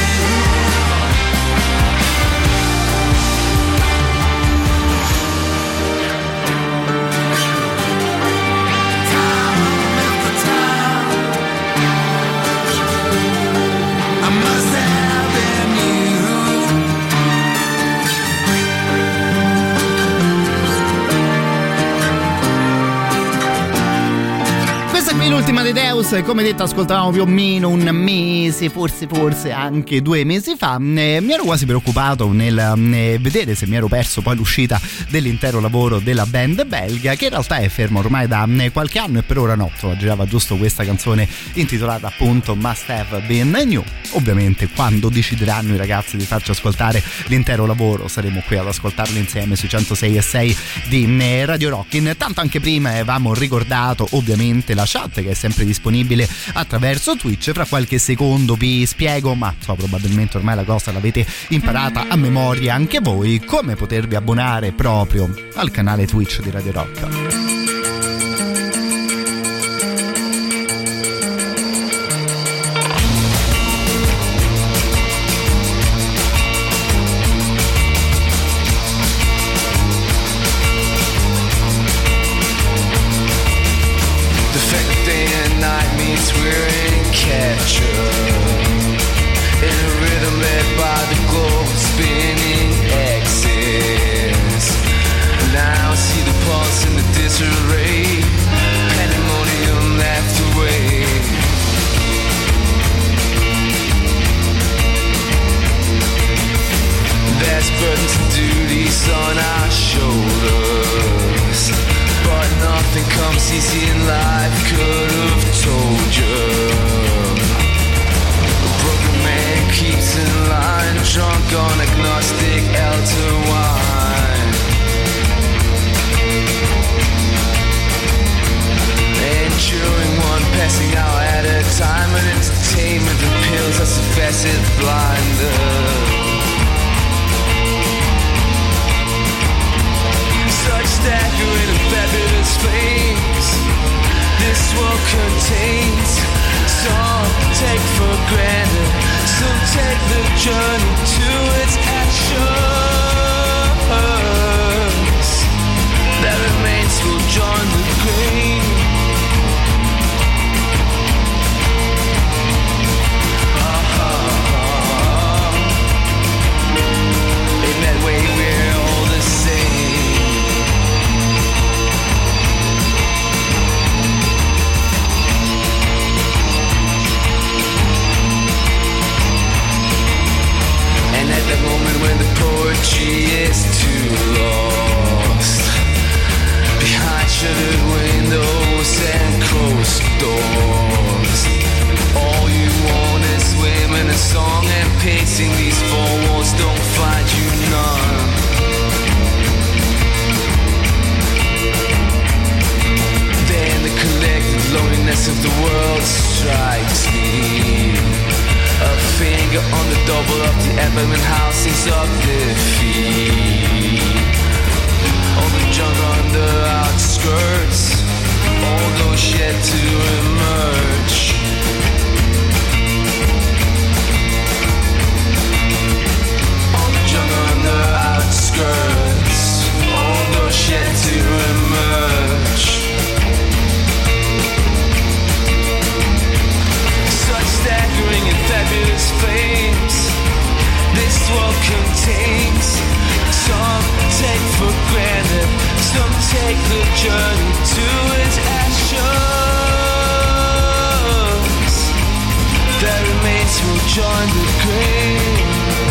L'ultima dei Deus, come detto, ascoltavamo più o meno un mese, forse forse anche due mesi fa. Eh, mi ero quasi preoccupato nel eh, vedere se mi ero perso poi l'uscita dell'intero lavoro della band belga, che in realtà è fermo ormai da eh, qualche anno e per ora no, girava giusto questa canzone intitolata appunto Must Have Been New. Ovviamente quando decideranno i ragazzi di farci ascoltare l'intero lavoro saremo qui ad ascoltarlo insieme sui centosei e sei di eh, Radio Rock. Intanto anche prima avevamo ricordato ovviamente la chat che è sempre disponibile attraverso Twitch. Fra qualche secondo vi spiego, ma so, probabilmente ormai la cosa l'avete imparata a memoria anche voi, come potervi abbonare proprio al canale Twitch di Radio Rock. easy in life could have told you. A broken man keeps in line, drunk on agnostic elder wine. Enduring one passing hour at a time, and entertainment of pills as a facet blinder. Such staggering and fabulous flames this world contains. Some take for granted, some take the journey to its actions. That remains will join the grain. Uh-huh. In that way we're all the same. And at that moment when the poetry is too lost, behind shuttered windows and closed doors, all you want is women, a song, and pacing these four walls don't find you none. Then the collective loneliness of the world strikes me. A finger on the double of the abdomen housings of defeat. All the junk on the outskirts, all those yet to emerge. All the junk on the outskirts, all those yet to emerge. Such staggering and fabulous flames this world contains. Some take for granted, some take the journey to its actions. That remains will join the grave.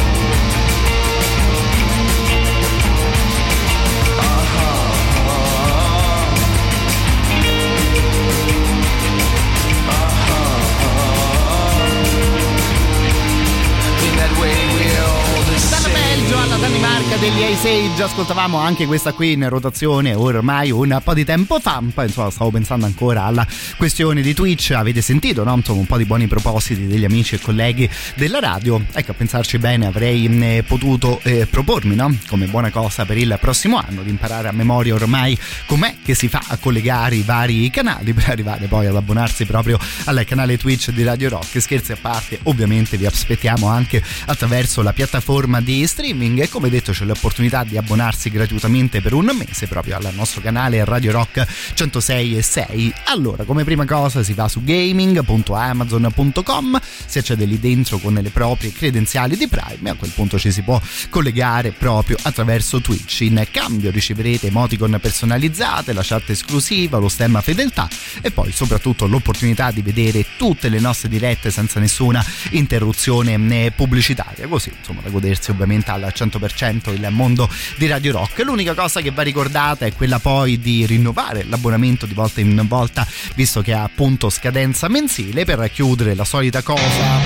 Dal Belgio alla Danimarca degli Ice Age ascoltavamo anche questa qui in rotazione ormai un po' di tempo fa. Poi insomma stavo pensando ancora alla questione di Twitch, avete sentito, no? Insomma un po' di buoni propositi degli amici e colleghi della radio. Ecco, a pensarci bene avrei eh, potuto eh, propormi, no? Come buona cosa per il prossimo anno di imparare a memoria ormai com'è che si fa a collegare i vari canali per arrivare poi ad abbonarsi proprio al canale Twitch di Radio Rock. Scherzi a parte, ovviamente vi aspettiamo anche attraverso la piattaforma di streaming e come detto c'è l'opportunità di abbonarsi gratuitamente per un mese proprio al nostro canale Radio Rock centosei e sei. Allora, come prima cosa si va su gaming punto amazon punto com, si accede lì dentro con le proprie credenziali di Prime e a quel punto ci si può collegare proprio attraverso Twitch. In cambio riceverete emoticon personalizzate, la chat esclusiva, lo stemma fedeltà e poi soprattutto l'opportunità di vedere tutte le nostre dirette senza nessuna interruzione pubblicitaria, così insomma da godersi ovviamente al cento per cento il mondo di Radio Rock. L'unica cosa che va ricordata è quella poi di rinnovare l'abbonamento di volta in volta, visto che ha appunto scadenza mensile, per chiudere la solita cosa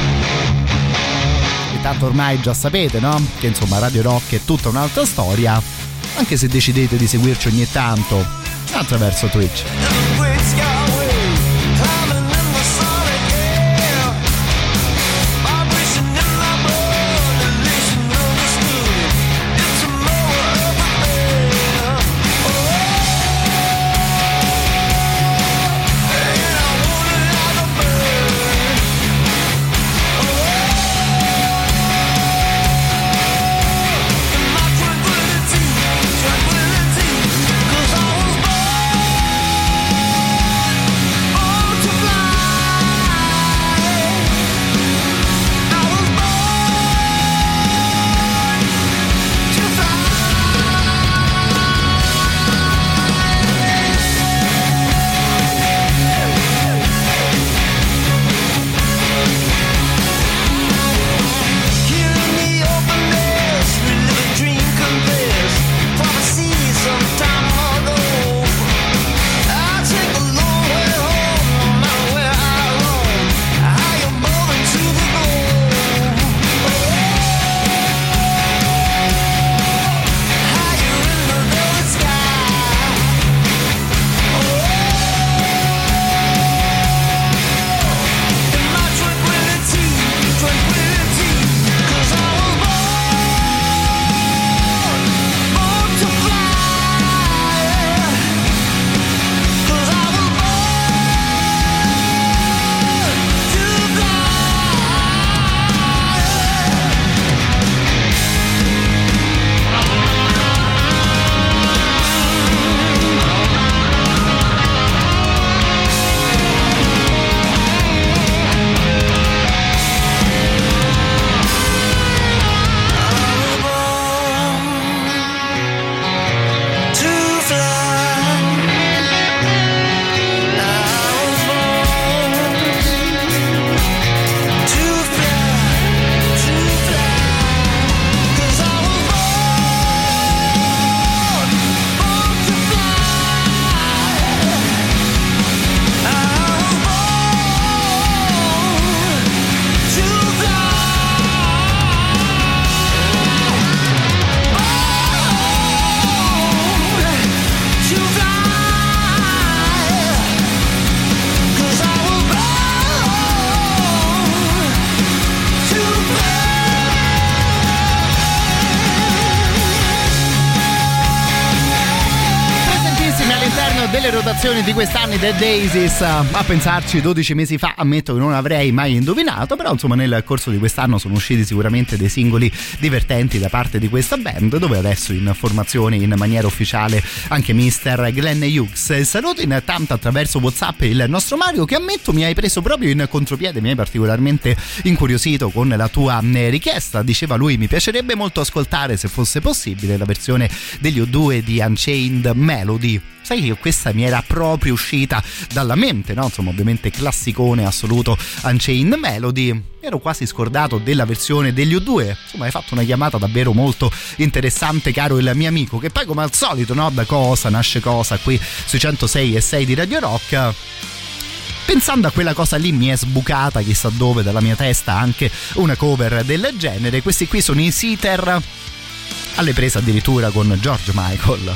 che tanto ormai già sapete, no? Che insomma Radio Rock è tutta un'altra storia, anche se decidete di seguirci ogni tanto attraverso Twitch. nelle rotazioni di quest'anno Dead Daisies, a pensarci dodici mesi fa ammetto che non avrei mai indovinato, però insomma nel corso di quest'anno sono usciti sicuramente dei singoli divertenti da parte di questa band, dove adesso in formazione in maniera ufficiale anche mister Glenn Hughes. Saluto intanto attraverso WhatsApp il nostro Mario, che ammetto mi hai preso proprio in contropiede, mi hai particolarmente incuriosito con la tua richiesta. Diceva lui: mi piacerebbe molto ascoltare, se fosse possibile, la versione degli U due di Unchained Melody. Sai che questa mi era proprio uscita dalla mente, no? Insomma, ovviamente classicone assoluto Unchained Melody. Ero quasi scordato della versione degli U due. Insomma, hai fatto una chiamata davvero molto interessante, caro il mio amico, che poi come al solito, no? Da cosa nasce cosa qui sui centosei e sei di Radio Rock. Pensando a quella cosa lì mi è sbucata chissà dove dalla mia testa anche una cover del genere. Questi qui sono i Seether, alle prese addirittura con George Michael.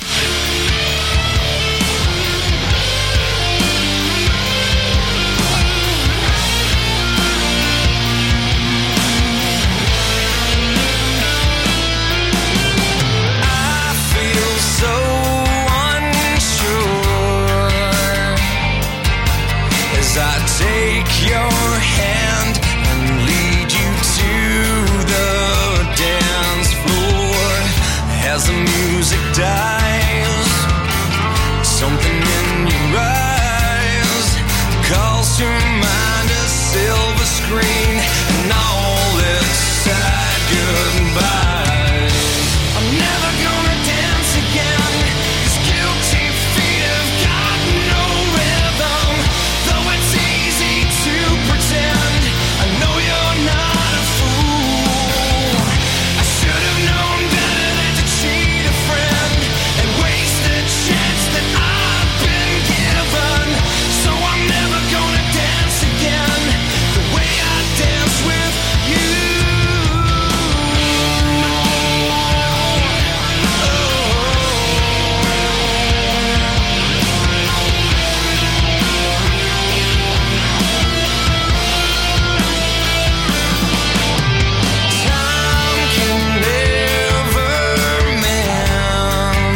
Take your hand and lead you to the dance floor. As the music dies, something in your eyes calls to mind a silver screen and all that's sad goodbye. I'm never gonna dance again, 'cause guilty feet have got no rhythm. Though it's easy to pretend, I know you're not a fool. I should have known better than to cheat a friend and waste the chance that I've been given. So I'm never gonna dance again the way I dance with you. Time can never mend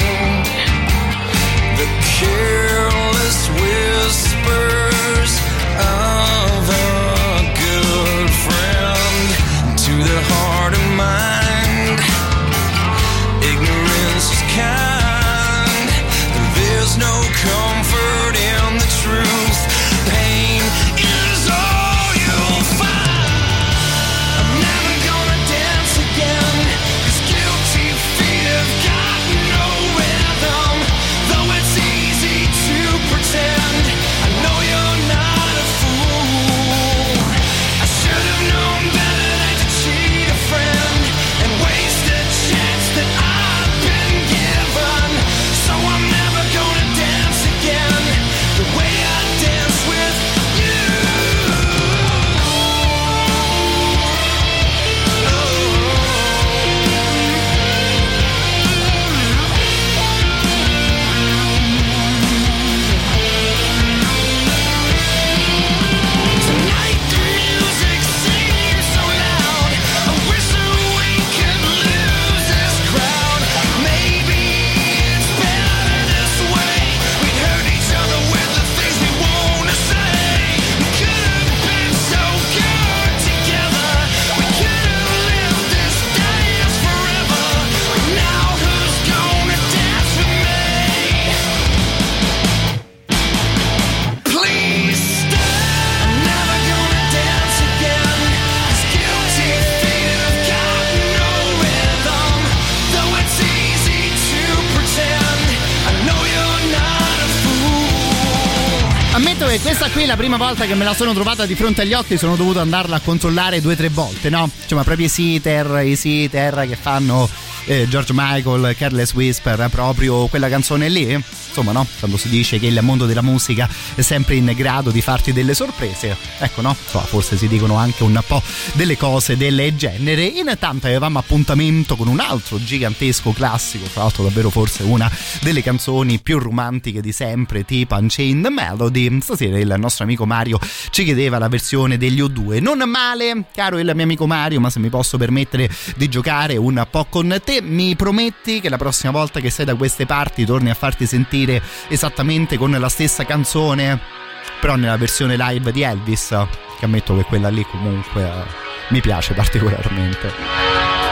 the careless whispers of a good friend. To the heart and mind, ignorance is kind. There's no comfort in the truth. Pain is all you'll find. I'm never gonna dance again, 'cause guilty feet have got no rhythm. Though it's easy to pretend, I know you're not a fool. I should have known better than to cheat a friend and waste a chance that I've been given. So I'm never gonna dance again the way I dance with you. Tonight the music seems so loud. I wish that we could lose this crowd. Maybe it's better this way. We hurt each other with the things we wanna say. We could have been so good together. We could have lived this dance forever. But now who's gonna dance with me? Please stay. I'm never gonna dance again, 'cause guilty feet have got no rhythm. Though it's easy to pretend, I know you're not a fool. Ammetto che questa qui è la prima volta che me la sono trovata di fronte agli occhi, sono dovuto andarla a controllare due o tre volte, no? Cioè, ma proprio i Seether, i Seether che fanno eh, George Michael, Careless Whisper, proprio quella canzone lì. Insomma, no? Quando si dice che il mondo della musica è sempre in grado di farti delle sorprese, ecco, no? So, forse si dicono anche un po' delle cose del genere. Intanto avevamo appuntamento con un altro gigantesco classico, tra l'altro davvero forse una delle canzoni più romantiche di sempre, tipo Unchained Melody. Stasera il nostro amico Mario ci chiedeva la versione degli U due. Non male, caro il mio amico Mario, ma se mi posso permettere di giocare un po' con te, mi prometti che la prossima volta che sei da queste parti torni a farti sentire ripartire esattamente con la stessa canzone, però nella versione live di Elvis, che ammetto che quella lì comunque eh, mi piace particolarmente.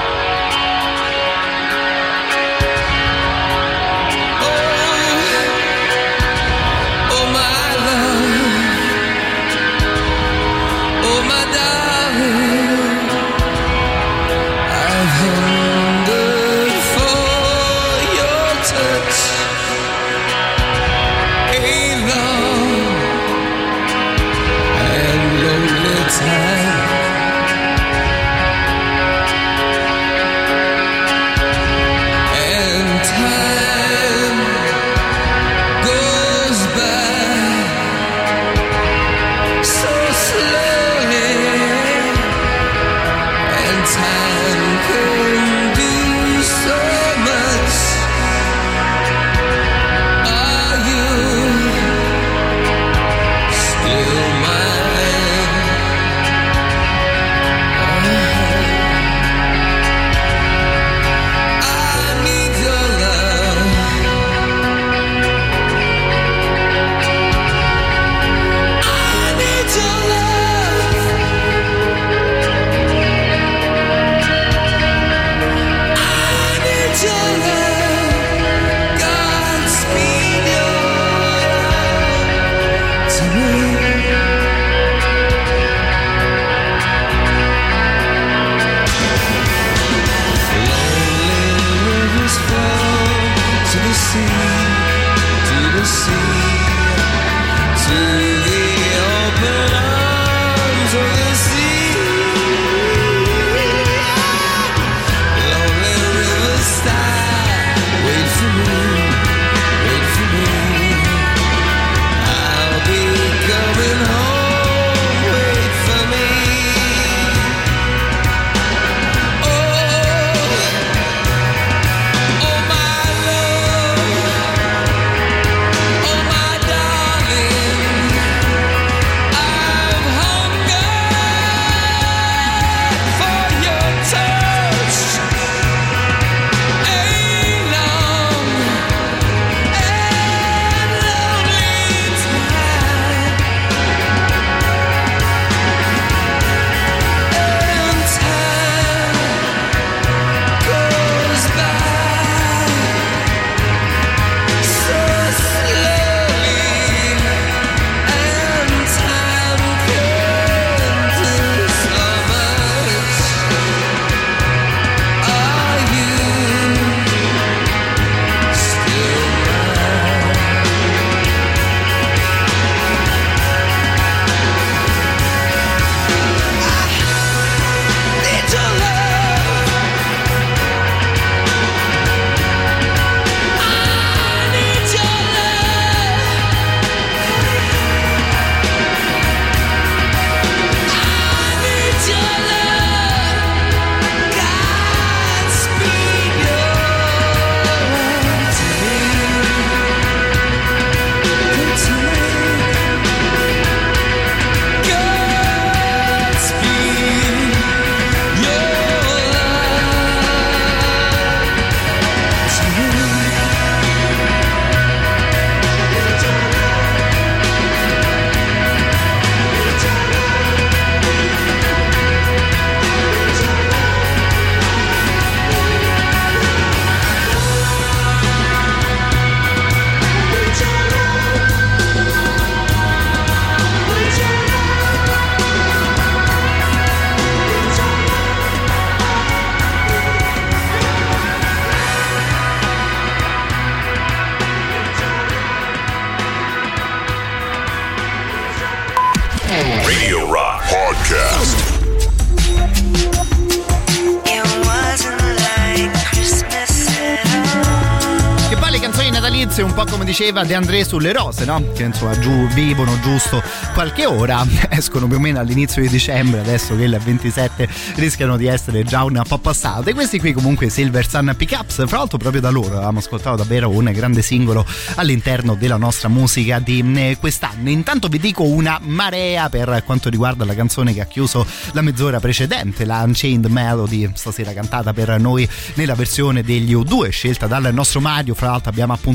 Un po' come diceva De André sulle rose, no? Che insomma giù vivono giusto qualche ora, escono più o meno all'inizio di dicembre, adesso che il ventisette rischiano di essere già un po' passate. Questi qui comunque Silver Sun Pickups, fra l'altro proprio da loro avevamo ascoltato davvero un grande singolo all'interno della nostra musica di quest'anno. Intanto vi dico una marea per quanto riguarda la canzone che ha chiuso la mezz'ora precedente, la Unchained Melody, stasera cantata per noi nella versione degli U due, scelta dal nostro Mario. Fra l'altro abbiamo appunto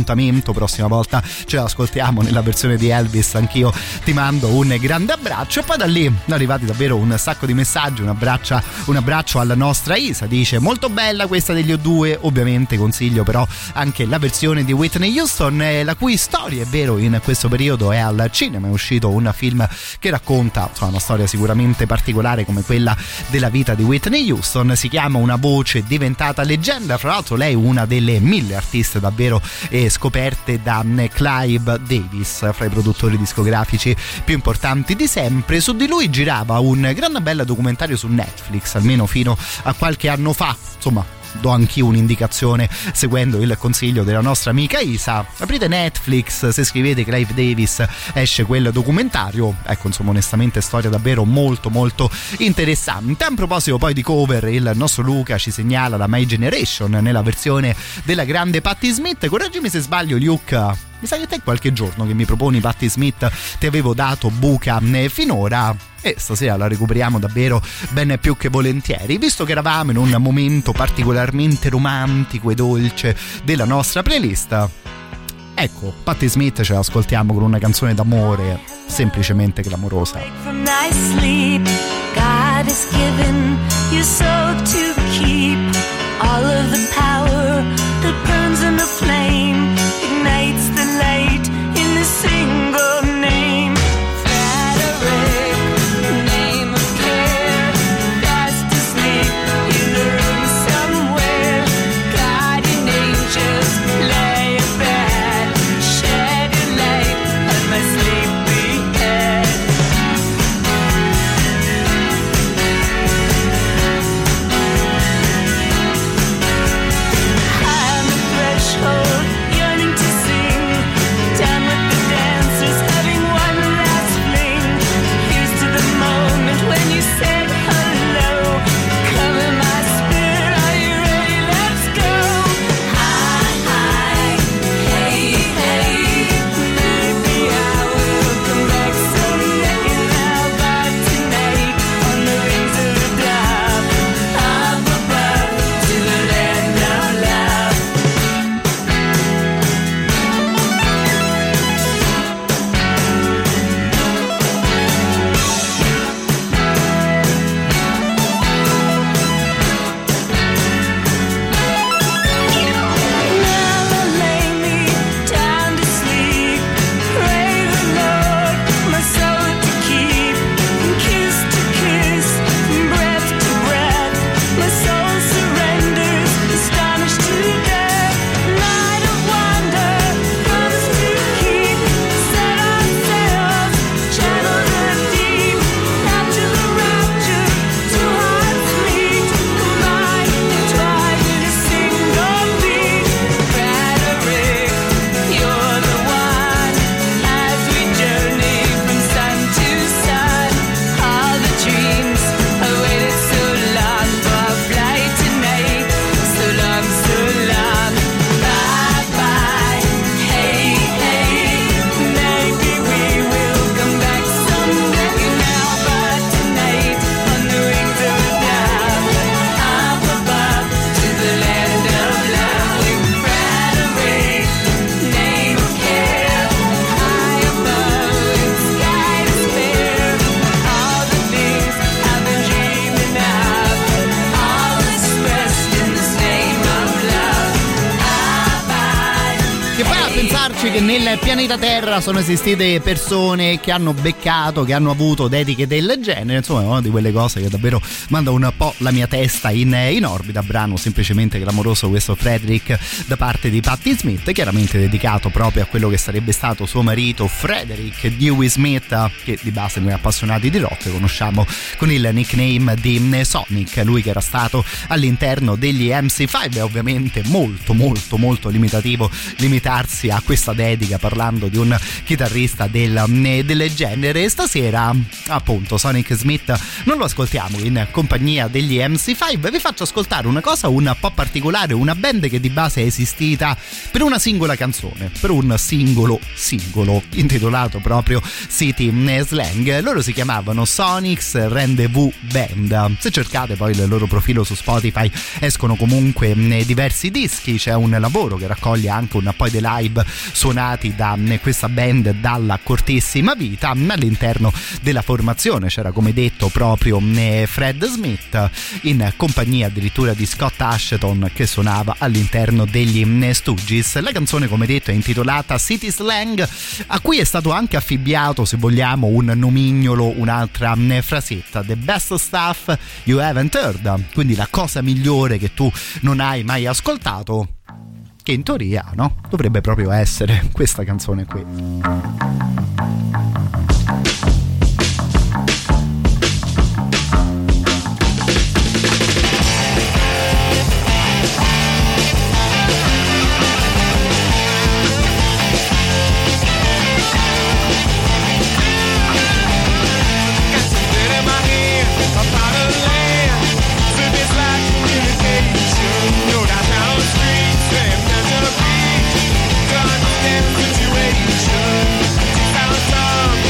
appuntamento, prossima volta ce l'ascoltiamo nella versione di Elvis. Anch'io ti mando un grande abbraccio. E poi da lì sono arrivati davvero un sacco di messaggi. Un abbraccio, un abbraccio alla nostra Isa, dice molto bella questa degli O due, ovviamente consiglio però anche la versione di Whitney Houston, la cui storia, è vero, in questo periodo è al cinema. È uscito un film che racconta, insomma, una storia sicuramente particolare come quella della vita di Whitney Houston. Si chiama Una voce diventata leggenda. Fra l'altro lei è una delle mille artiste davvero eh, scoperte da Clive Davis, fra i produttori discografici più importanti di sempre. Su di lui girava un gran bel documentario su Netflix, almeno fino a qualche anno fa. Insomma, do anch'io un'indicazione seguendo il consiglio della nostra amica Isa: aprite Netflix, se scrivete Clive Davis esce quel documentario. Ecco, insomma, onestamente storia davvero molto molto interessante. A proposito poi di cover, il nostro Luca ci segnala la My Generation nella versione della grande Patti Smith. Correggimi se sbaglio, Luke, mi sa che te qualche giorno che mi proponi Patti Smith ti avevo dato buca finora, e stasera la recuperiamo davvero ben più che volentieri, visto che eravamo in un momento particolarmente romantico e dolce della nostra playlist. Ecco, Patti Smith ce l'ascoltiamo con una canzone d'amore semplicemente clamorosa. God has given your soul to keep all of the power that burns in the flame, ignites the light in a single name. Frederick, name of care, fast asleep in a room somewhere. Guardian angels lay in bed, shed your light on my sleepy head. Che nel pianeta Terra sono esistite persone che hanno beccato, che hanno avuto dediche del genere. Insomma, è una di quelle cose che davvero manda un po' la mia testa in, in orbita. Brano semplicemente clamoroso questo, Frederick, da parte di Patti Smith, chiaramente dedicato proprio a quello che sarebbe stato suo marito Frederick Dewey Smith, che di base noi appassionati di rock conosciamo con il nickname di Sonic. Lui che era stato all'interno degli M C cinque, è ovviamente molto molto molto limitativo limitarsi a questa dedica dedica parlando di un chitarrista del, del genere. Stasera appunto Sonic Smith non lo ascoltiamo in compagnia degli M C cinque, vi faccio ascoltare una cosa un po' particolare, una band che di base è esistita per una singola canzone, per un singolo singolo intitolato proprio City Slang. Loro si chiamavano Sonic's Rendezvous Band. Se cercate poi il loro profilo su Spotify escono comunque diversi dischi, c'è un lavoro che raccoglie anche un po' dei live suonati da questa band dalla cortissima vita. All'interno della formazione c'era, come detto, proprio Fred Smith in compagnia addirittura di Scott Ashton che suonava all'interno degli Stooges. La canzone, come detto, è intitolata City Slang, a cui è stato anche affibbiato, se vogliamo, un nomignolo, un'altra frasetta: The best stuff you haven't heard, quindi la cosa migliore che tu non hai mai ascoltato, che in teoria, no, dovrebbe proprio essere questa canzone qui. Situation, two thousand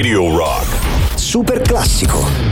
Radio Rock. Super classico.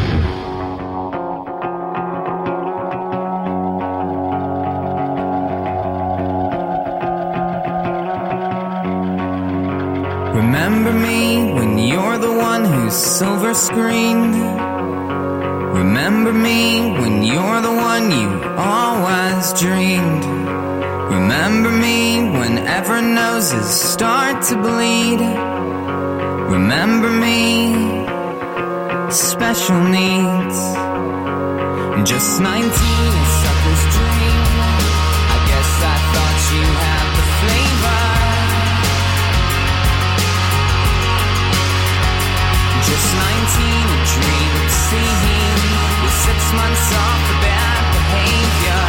Remember me when you're the one who's silver screened. Remember me when you're the one you always dreamed. Remember me whenever noses start to bleed. Remember me, special needs. Just nineteen, a sucker's dream. I guess I thought you had the flavor. Just nineteen, a dream of seeing, with six months off for bad behavior.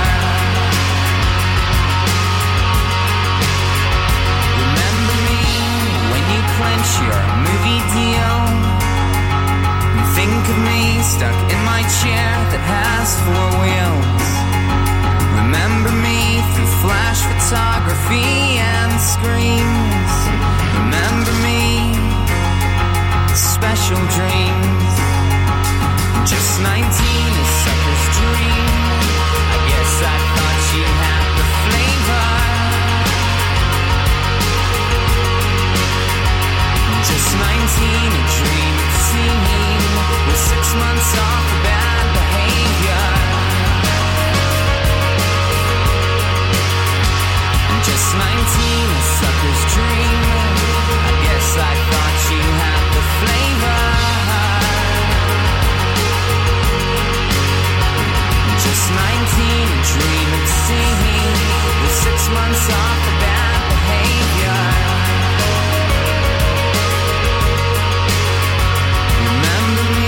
Remember me when you clench your movie deal, and think of me stuck in my chair that has four wheels. Remember me through flash photography and screens. Remember me, special dreams. Just nineteen, a sucker's dream. I guess I thought you had the flavor. Just nineteen, a dream of seeing, with six months off for bad behavior. Just nineteen, a sucker's dream. I guess I thought you had the flavor. Just nineteen, a dream of seeing, with six months off for bad behavior. Remember me.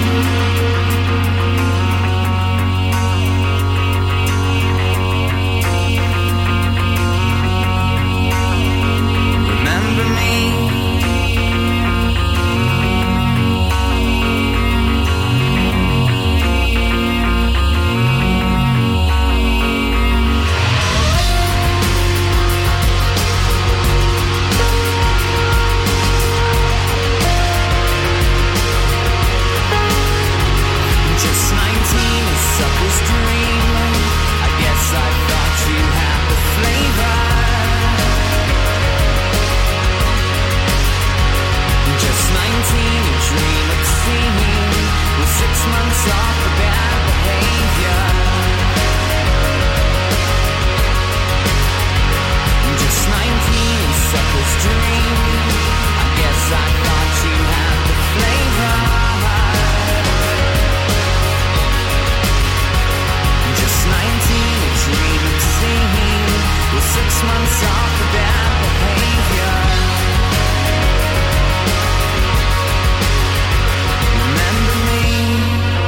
Remember me. Just nineteen, a sucker's dream. I guess I thought you had the flavor. Just nineteen, a dream of seeing, with six months off for bad behavior. Just nineteen, a sucker's dream. I guess I thought you had the flavor. Just nineteen, a dream of seeing, with six months off for bad behavior. Remember me.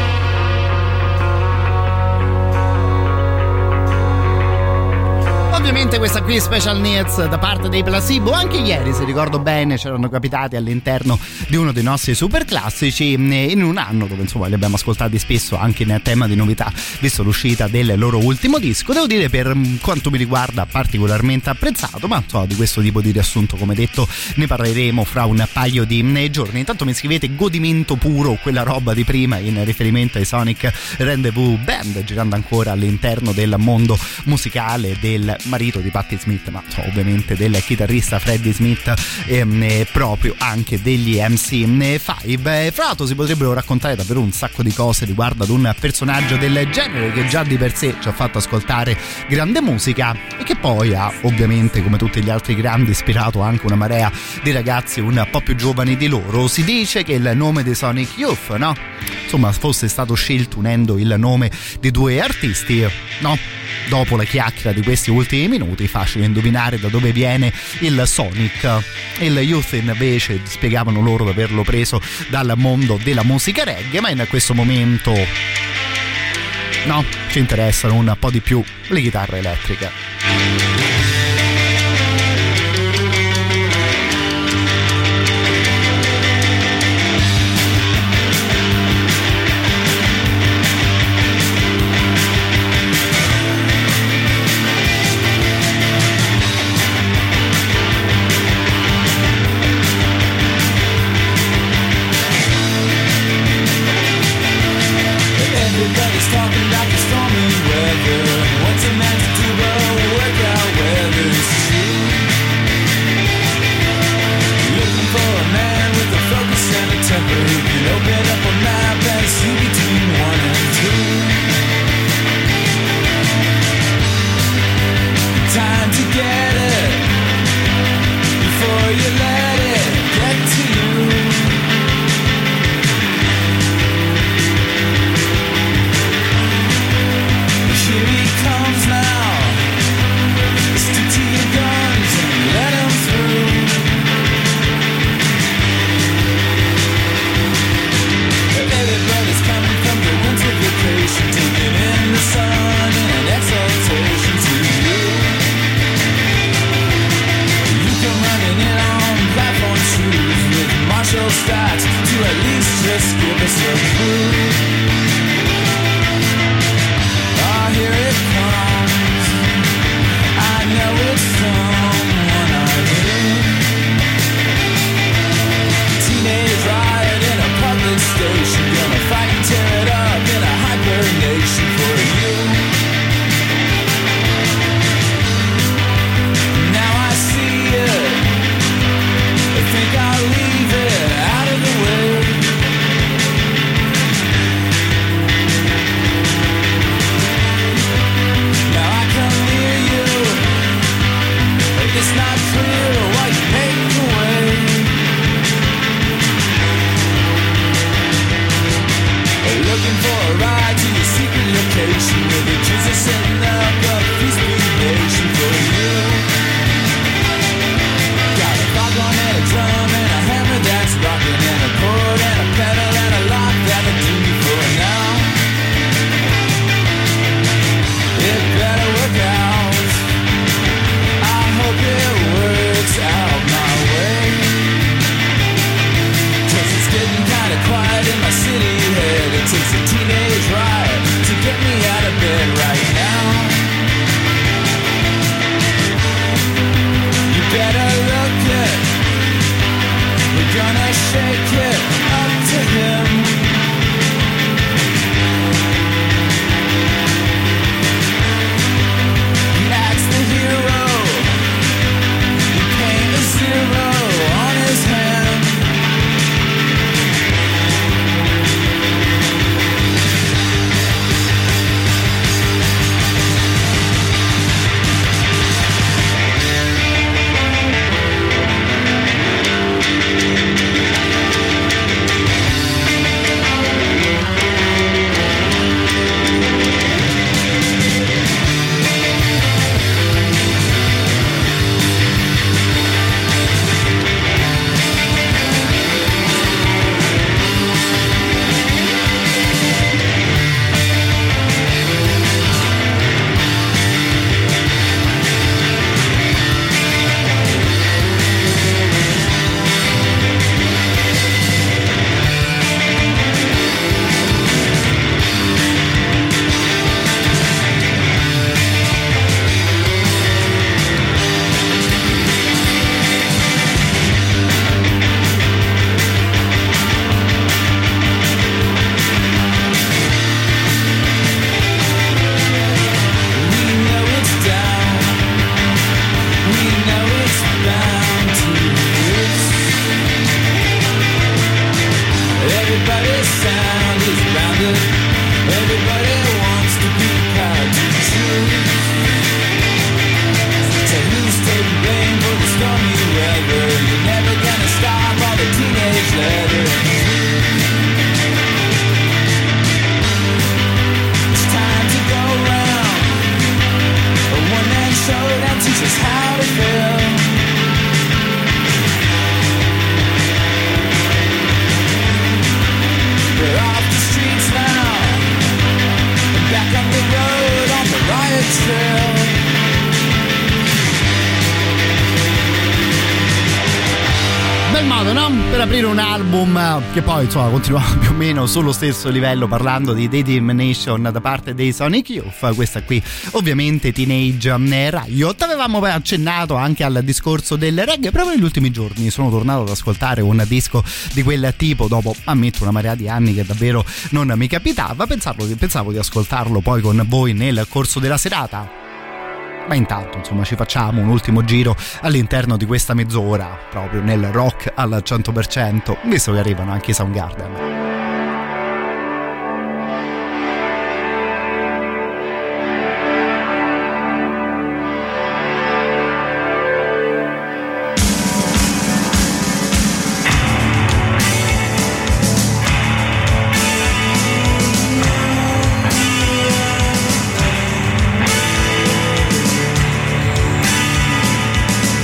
Ovviamente questa qui Special Needs da parte dei Placebo. Anche ieri, se ricordo bene, c'erano capitati all'interno di uno dei nostri super classici, in un anno dove insomma li abbiamo ascoltati spesso anche in tema di novità, visto l'uscita del loro ultimo disco. Devo dire, per quanto mi riguarda, particolarmente apprezzato, ma insomma di questo tipo di riassunto, come detto, ne parleremo fra un paio di giorni. Intanto mi scrivete godimento puro, quella roba di prima, in riferimento ai Sonic Rendezvous Band, girando ancora all'interno del mondo musicale del marito di Patti Smith, ma so, ovviamente del chitarrista Freddie Smith e, e proprio anche degli M C cinque. Fra l'altro si potrebbero raccontare davvero un sacco di cose riguardo ad un personaggio del genere che già di per sé ci ha fatto ascoltare grande musica e che poi ha ovviamente, come tutti gli altri grandi, ispirato anche una marea di ragazzi un po' più giovani di loro. Si dice che il nome dei Sonic Youth, no? Insomma, fosse stato scelto unendo il nome di due artisti, no? Dopo la chiacchiera di questi ultimi minuti, facile indovinare da dove viene il Sonic. Il Youth invece spiegavano loro di averlo preso dal mondo della musica reggae, ma in questo momento no, ci interessano un po' di più le chitarre elettriche. start to at least just give us a clue. Oh, here it comes. I know it's someone I knew. Teenage riot in a public station, gonna fight and tear it up in a hyper nation for you. Now I see it, I think I'll leave it out of the way. Now I come near you, it's not clear why you make the way. Looking for a ride to your secret location, where the Jews are setting up a feast-free nation for you. Got a foghorn and a drum and a hammer that's rocking, and a chord and a pedal and a lock that'll do me for now. It better work out, I hope it works out my way. Cause it's getting kinda quiet in my city head. It takes a teenage riot to get me out of bed right now. You better look it, we're gonna shake it up to him. He acts the hero, he paint a zero on his hand. Che poi insomma continuiamo più o meno sullo stesso livello parlando di Determination da parte dei Sonic Youth. Questa qui ovviamente Teenage Riot. Avevamo accennato anche al discorso del reggae. Proprio negli ultimi giorni sono tornato ad ascoltare un disco di quel tipo, dopo ammetto una marea di anni che davvero non mi capitava. Pensavo, pensavo di ascoltarlo poi con voi nel corso della serata, ma intanto insomma ci facciamo un ultimo giro all'interno di questa mezz'ora proprio nel rock al cento per cento, visto che arrivano anche i Soundgarden.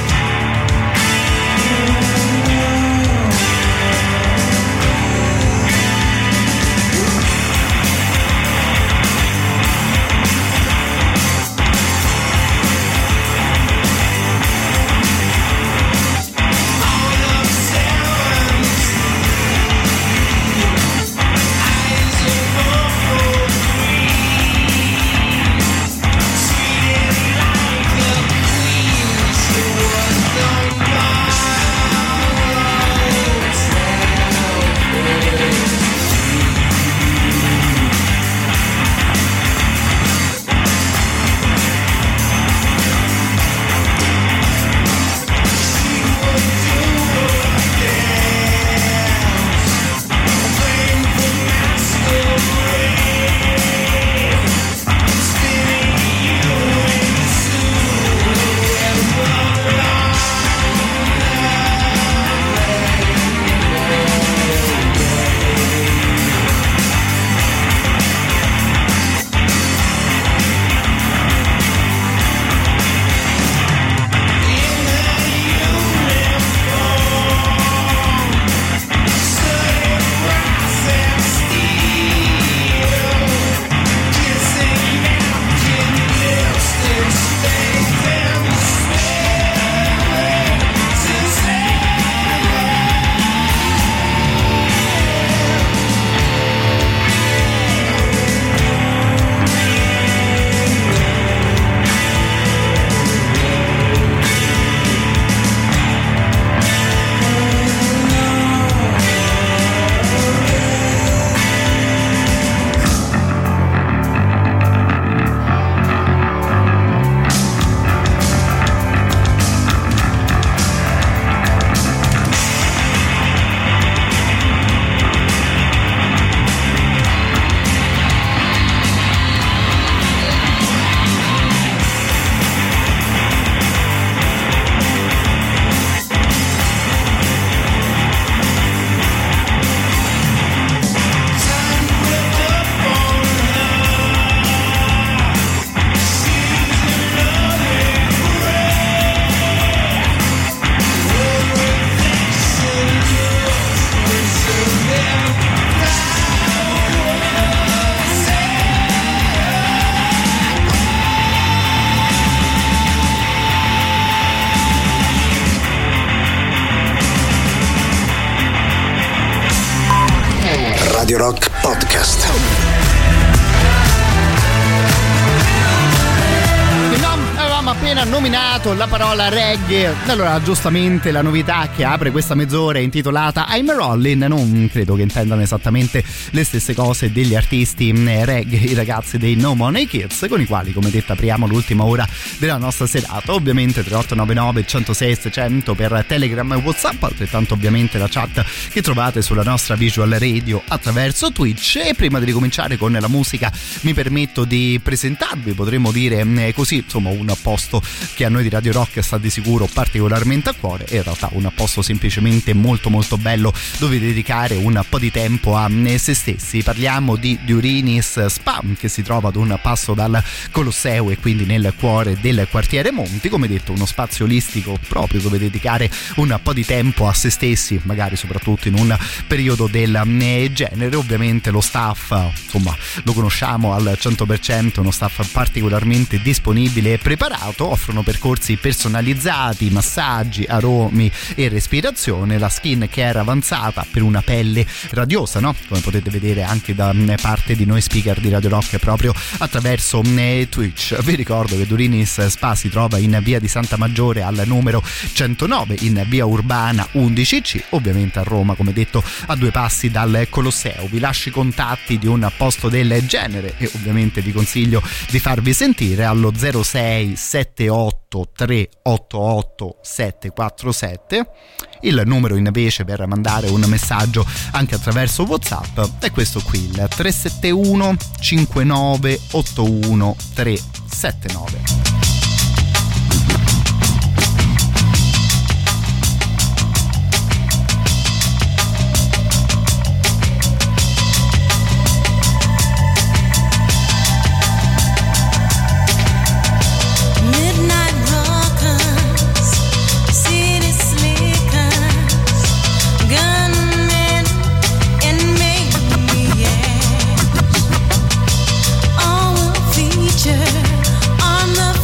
Oh, Radio Rock Podcast. Appena nominato la parola reggae, allora giustamente la novità che apre questa mezz'ora è intitolata I'm Rollin'. Non credo che intendano esattamente le stesse cose degli artisti reggae, i ragazzi dei No Money Kids, con i quali, come detto, apriamo l'ultima ora della nostra serata. Ovviamente tre otto nove nove uno zero sei seicento per Telegram e WhatsApp, altrettanto ovviamente la chat che trovate sulla nostra visual radio attraverso Twitch. E prima di ricominciare con la musica mi permetto di presentarvi, potremmo dire così, insomma, un posto che a noi di Radio Rock sta di sicuro particolarmente a cuore, e in realtà un posto semplicemente molto molto bello dove dedicare un po' di tempo a se stessi. Parliamo di Diurinis Spa, che si trova ad un passo dal Colosseo e quindi nel cuore del quartiere Monti. Come detto, uno spazio olistico proprio dove dedicare un po' di tempo a se stessi, magari soprattutto in un periodo del genere. Ovviamente lo staff, insomma, lo conosciamo al cento per cento, uno staff particolarmente disponibile e preparato. Offrono percorsi personalizzati, massaggi, aromi e respirazione, la skin care avanzata per una pelle radiosa, no? Come potete vedere anche da parte di noi speaker di Radio Rock proprio attraverso Twitch. Vi ricordo che Diurinis Spa si trova in via di Santa Maggiore al numero centonove, in via Urbana undici C, ovviamente a Roma, come detto, a due passi dal Colosseo. Vi lascio i contatti di un posto del genere e ovviamente vi consiglio di farvi sentire allo zero sei sette otto tre otto otto sette quattro sette. Il numero invece per mandare un messaggio anche attraverso WhatsApp è questo qui, il tre sette uno cinque nove otto uno tre sette nove. On the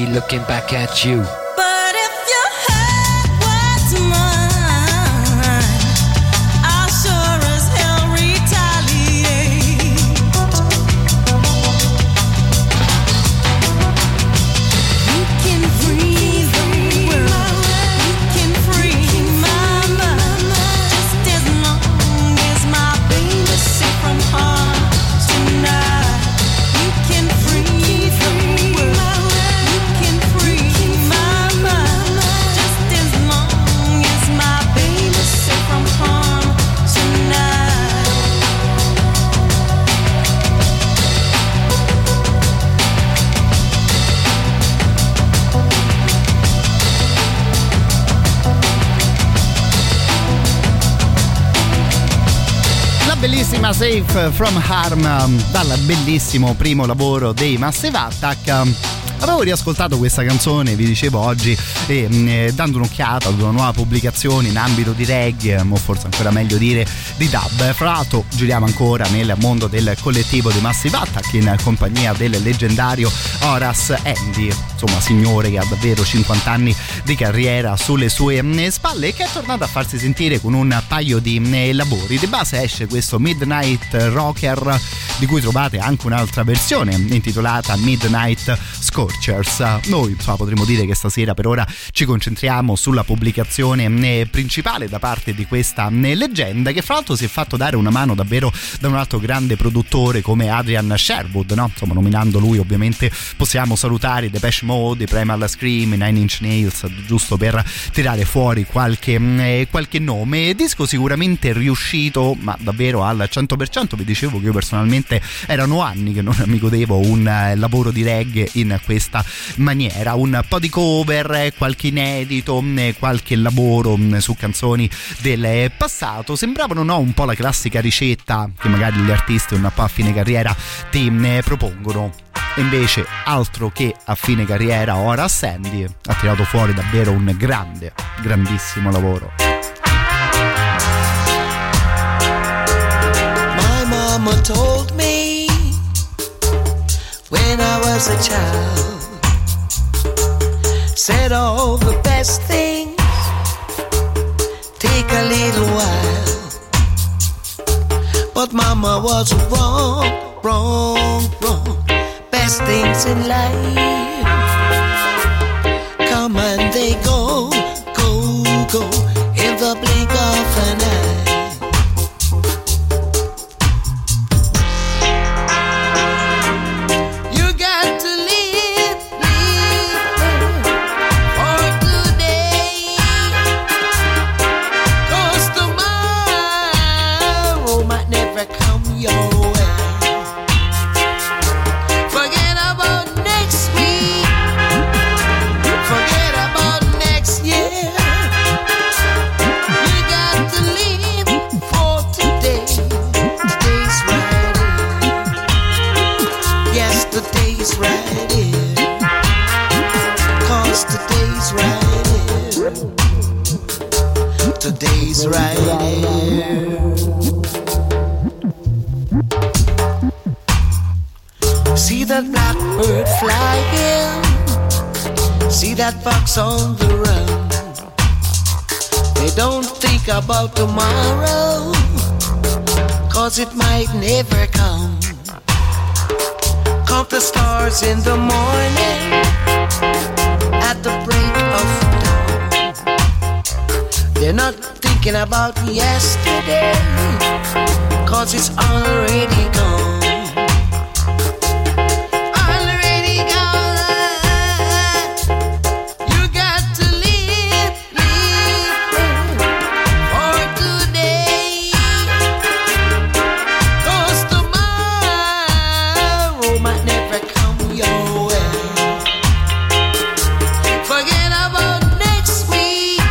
looking back at you. But if you had what's mine, I'll sure as hell retaliate. You can free the world, you can free my mind, just as long as my baby's safe from harm tonight. You can free the world, you can free my mind, just as long as my baby's safe from harm tonight. La bellissima Safe from Harm dal bellissimo primo lavoro dei Massive Attack. Avevo riascoltato questa canzone, vi dicevo oggi, e, eh, dando un'occhiata ad una nuova pubblicazione in ambito di reggae, o forse ancora meglio dire di dub. Fra l'altro giriamo ancora nel mondo del collettivo dei Massive Attack in compagnia del leggendario Horace Andy, insomma signore che ha davvero cinquanta anni di carriera sulle sue spalle e che è tornato a farsi sentire con un paio di eh, lavori. Di base esce questo Midnight Rocker, di cui trovate anche un'altra versione intitolata Midnight Scorchers. Noi insomma, potremmo dire che stasera per ora ci concentriamo sulla pubblicazione eh, principale da parte di questa eh, leggenda, che fra l'altro si è fatto dare una mano davvero da un altro grande produttore come Adrian Sherwood, no? Insomma, nominando lui ovviamente possiamo salutare i Depeche Mode, i Primal Scream, i Nine Inch Nails, giusto per tirare fuori qualche, eh, qualche nome. Disco sicuramente riuscito, ma davvero al cento per cento. Vi dicevo che io personalmente erano anni che non mi godevo un eh, lavoro di reggae in questa maniera, un po' di cover, qualche inedito, qualche lavoro su canzoni del passato. Sembravano no un po' la classica ricetta che magari gli artisti un po' a fine carriera ti propongono, e invece altro che a fine carriera. Horace Andy ha tirato fuori davvero un grande, grandissimo lavoro. My mama told me when I was a child, said all the best things take a little while, but mama was wrong, wrong, wrong. Best things in life come and they go, go, go in the blink of an eye. Today's right here. See that blackbird flying, see that fox on the run. They don't think about tomorrow, cause it might never come. Count the stars in the morning, at the break of they're not thinking about yesterday, cause it's already gone. Already gone. You got to live, live for today, cause tomorrow might never come your way. Forget about next week,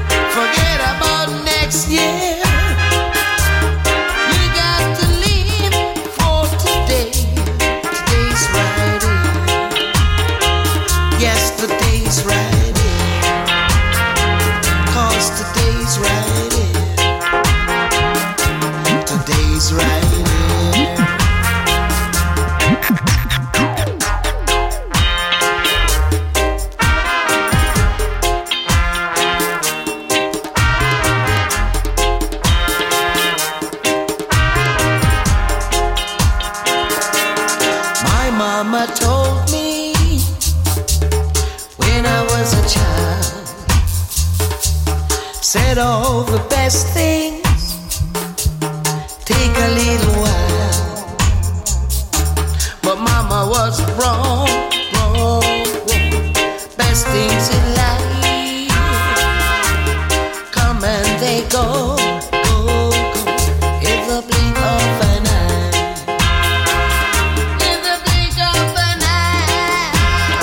forget about next year. You got to live said all the best things take a little while, but mama was wrong, wrong, wrong. Best things in life come and they go, go, go in the blink of an eye, in the blink of an eye,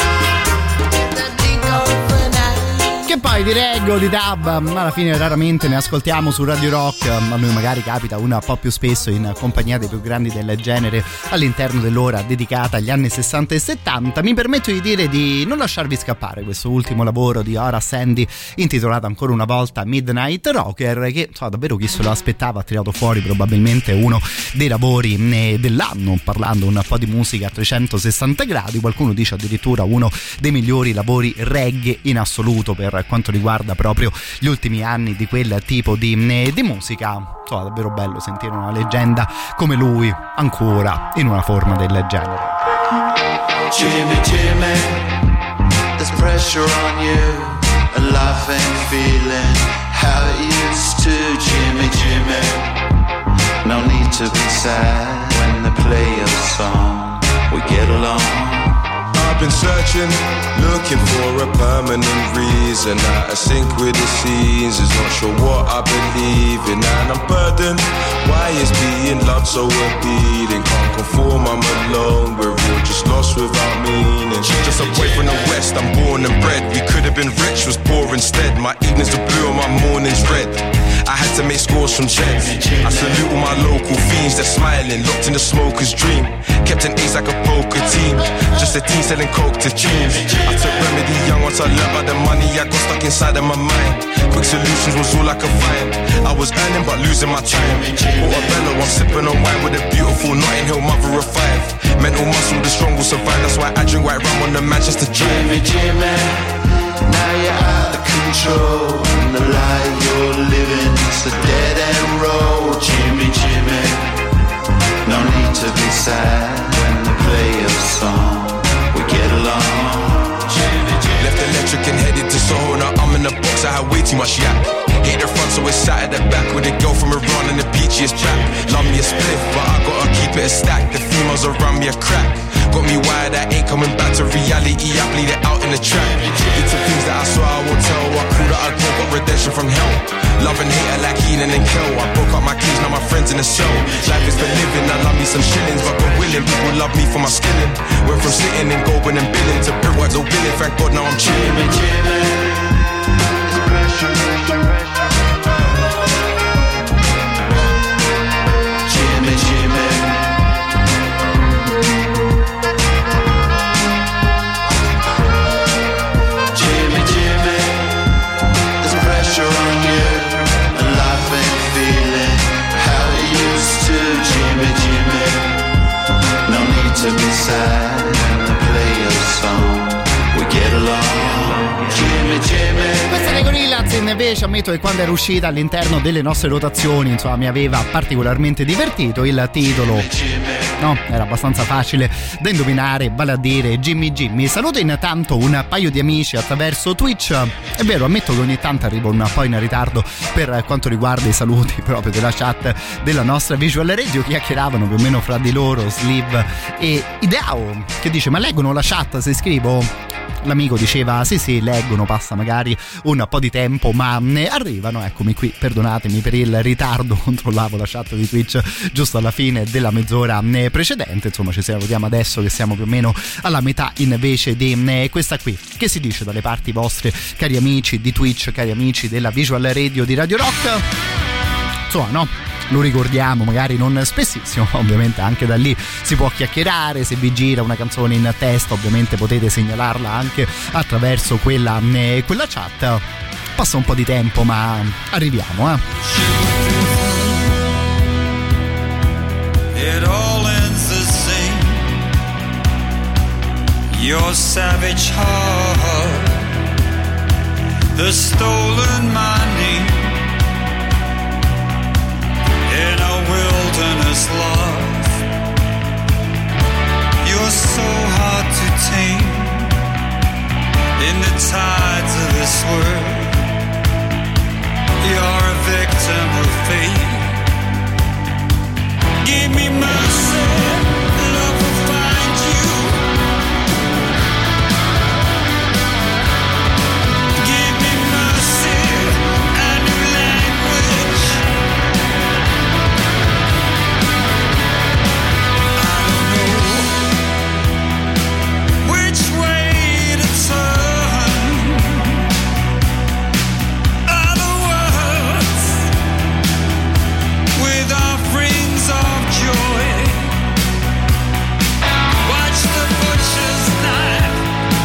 in the blink of an eye. Che poi di reggae o di dub alla fine raramente ne ascoltiamo su Radio Rock, a noi magari capita un po' più spesso in compagnia dei più grandi del genere all'interno dell'ora dedicata agli anni sessanta e settanta. Mi permetto di dire di non lasciarvi scappare questo ultimo lavoro di Horace Andy intitolato ancora una volta Midnight Rocker, che so, davvero chi se lo aspettava ha tirato fuori probabilmente uno dei lavori dell'anno, parlando un po' di musica a trecentosessanta gradi, qualcuno dice addirittura uno dei migliori lavori reggae in assoluto per quanto riguarda proprio gli ultimi anni di quel tipo di, di musica. So, davvero bello sentire una leggenda come lui ancora in una forma del genere. Jimmy, Jimmy, there's pressure on you, a life ain't feeling how it used to. Jimmy, Jimmy, no need to be sad when they play a song, we get along. I've been searching, looking for a permanent reason, out of sync with the scenes, is not sure what I believe in, and I'm burdened. Why is being loved so appealing? Can't conform, I'm alone, we're all just lost without meaning. Just away from the west, I'm born and bred. We could have been rich, was poor instead. My evenings are blue and my mornings red. I had to make scores from checks. I salute all my local fiends, they're smiling, locked in the smoker's dream. Kept an ace like a poker team, just a team selling coke to teens. I took remedy young once I learned about the money I got stuck inside of my mind. Quick solutions was all I could find. I was earning but losing my time. Portobello, I'm sipping on wine with a beautiful Notting Hill mother of five. Mental muscle, the strong will survive. That's why I drink white rum on the Manchester Jimmy, Jimmy, now you're out of control, and the lie you're living is a dead end road. Jimmy, Jimmy, no need to be sad when they play a song, we get along. Jimmy, Jimmy. Left electric and headed to Soho, now I'm in the box, I had way too much yak. Hate the front so it's sat at the back, with a girl from Iran and the peachiest trap. Love me a spliff but I gotta keep it a stack, the females around me a crack. Got me wired, I ain't coming back to reality, I bleed it out in the trap. Did some things that I swear I won't tell, I cool that I broke, got redemption from hell. Love and hate like Heenan and Kel, I broke up my keys, now my friends in the cell. Life is for living, I love me some shillings, but God willing, people love me for my skilling. Went from sitting and going and billing to brickworks or billing, thank God now I'm chilling. Jimmy, Jimmy, it's pressure, pressure, pressure. Jimmy, Jimmy, Jimmy, Jimmy, there's pressure on you, and life ain't feeling how it used to. Jimmy, Jimmy, no need to be sad when they play a song, we get along. Jimmy, Jimmy. Questa dei Gorillaz invece ammetto che quando era uscita all'interno delle nostre rotazioni, insomma, mi aveva particolarmente divertito. Il titolo, no, era abbastanza facile da indovinare, vale a dire Jimmy Jimmy. Saluto intanto un paio di amici attraverso Twitch. È vero, ammetto che ogni tanto arrivo un po' in ritardo per quanto riguarda i saluti proprio della chat della nostra Visual Radio. Chiacchieravano più o meno fra di loro Sliv e Ideao, che dice: ma leggono la chat se scrivo? L'amico diceva sì sì, leggono, passa magari un po' di tempo ma ne arrivano. Eccomi qui, perdonatemi per il ritardo, controllavo la chat di Twitch giusto alla fine della mezz'ora precedente. Insomma, ci salutiamo adesso che siamo più o meno alla metà invece di questa qui. Che si dice dalle parti vostre, cari amici di Twitch, cari amici della Visual Radio di Radio Rock? Insomma, no? Lo ricordiamo, magari non spessissimo, ovviamente anche da lì si può chiacchierare. Se vi gira una canzone in testa ovviamente potete segnalarla anche attraverso quella, eh, quella chat. Passa un po' di tempo ma arriviamo, eh. It all ends the same. Your savage heart, the stolen money in a wilderness love. You're so hard to tame in the tides of this world. fade. Give me mercy, love will find you. Give me mercy, a new language. I don't know which way to turn. Other words with offerings of joy. Watch the butcher's knife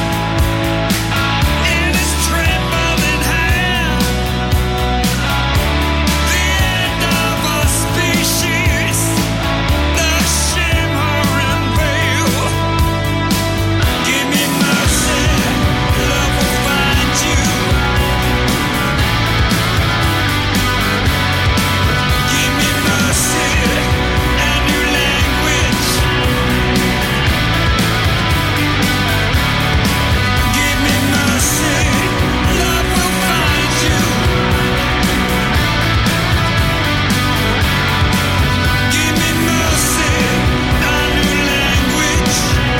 in his trembling hand. The end of a species, the shimmering veil. Give me mercy, love will find you. Give me mercy, a new language. Give me mercy, love will find you. Give me mercy, a new language.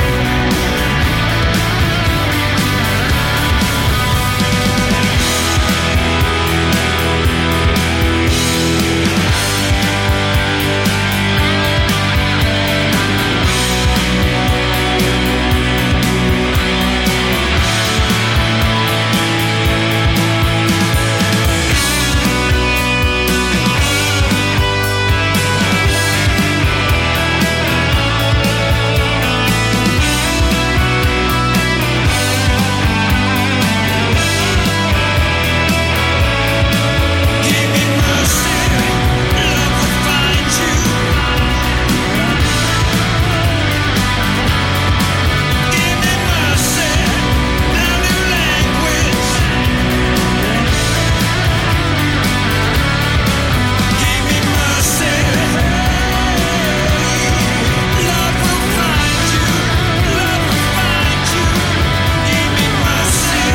Give me mercy, love will find you. Give me mercy, a new language. Give me mercy, love will find you. Love will find you. Give me mercy,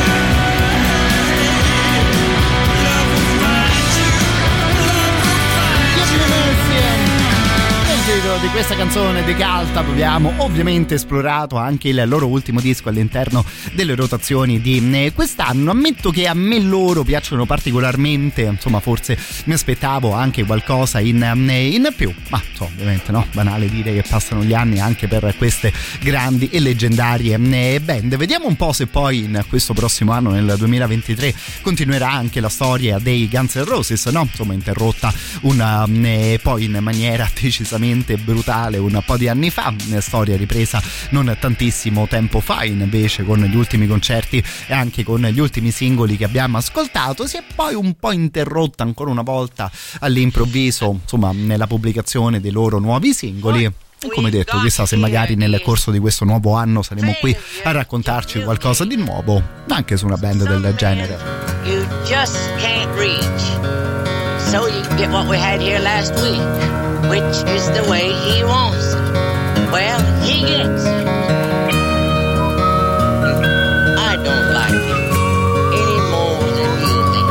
love will find you. Love will find you. Nel titolo di questa canzone di Calta abbiamo ovviamente esplorato anche il loro ultimo disco all'interno delle rotazioni di eh, quest'anno. Ammetto che a me loro piacciono particolarmente, insomma forse mi aspettavo anche qualcosa in, eh, in più, ma insomma, ovviamente no, banale dire che passano gli anni anche per queste grandi e leggendarie eh, band. Vediamo un po' se poi in questo prossimo anno, nel duemilaventitré, continuerà anche la storia dei Guns N' Roses, no? Insomma interrotta una, eh, poi in maniera decisamente brutale un po' di anni fa, una storia ripresa non tantissimo tempo fa invece, con gli ultimi concerti e anche con gli ultimi singoli che abbiamo ascoltato. Si è poi un po' interrotta ancora una volta all'improvviso, insomma, nella pubblicazione dei loro nuovi singoli. E come detto, chissà se magari nel corso di questo nuovo anno saremo qui a raccontarci qualcosa di nuovo anche su una band del genere. You just can't reach. So you get what we had here last week, which is the way he wants it. Well, he gets it. I don't like it any more than you do.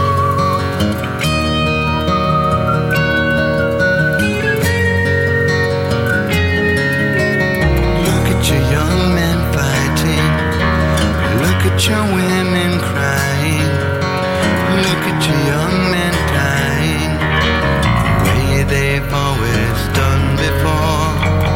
Look at your young men fighting. Look at your women crying. Look at your young men dying the way they've always done before.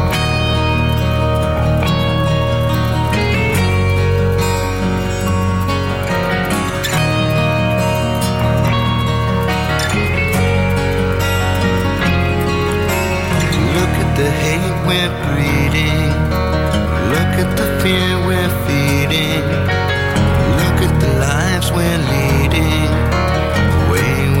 Look at the hate we're breeding. Look at the fear we're feeding. Look at the lives we're leading, the way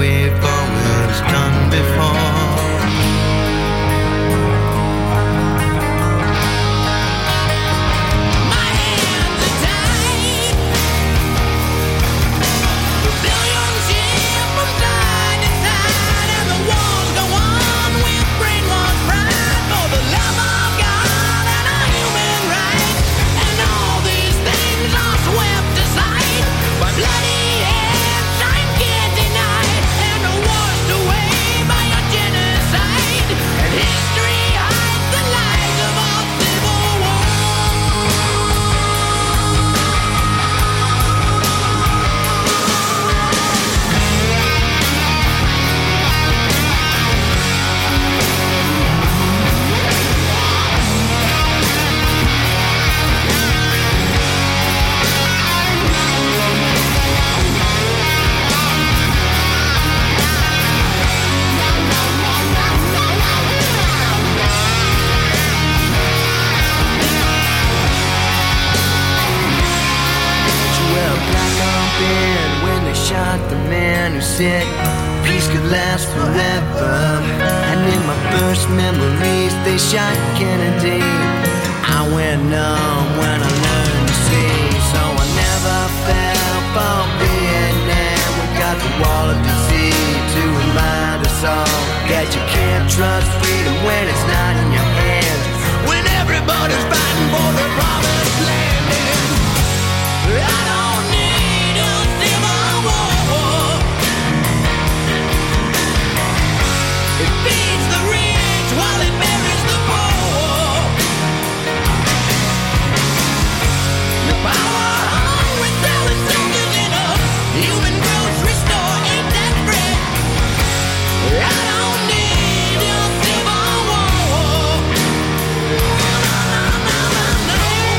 shot the man who said peace could last forever. And in my first memories, they shot Kennedy. I went numb when I learned to see, so I never fell for Vietnam. We got the wall of D C to remind us all that you can't trust freedom when it's not in your hands. When everybody's fighting for the promised land, and I don't need a civil war. It feeds the rich while it buries the poor. The power hungry selling soldiers in a human grocery store ain't that bread. I don't need a civil war. No, no, no, no, no.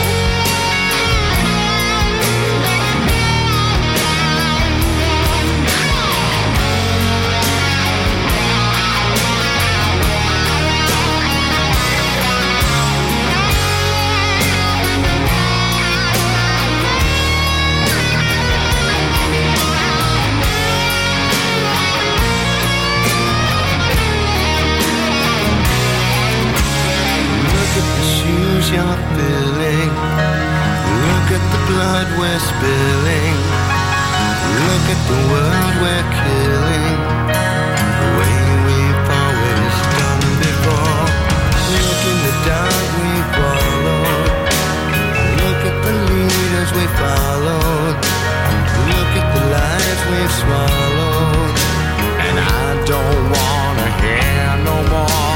Look at the shoes you're filling. Look at the blood we're spilling. Look at the world we're killing. The way we've always done before. Look in the dark we followed. Look at the leaders we followed. Look at the lies we've swallowed. And I don't wanna hear no more.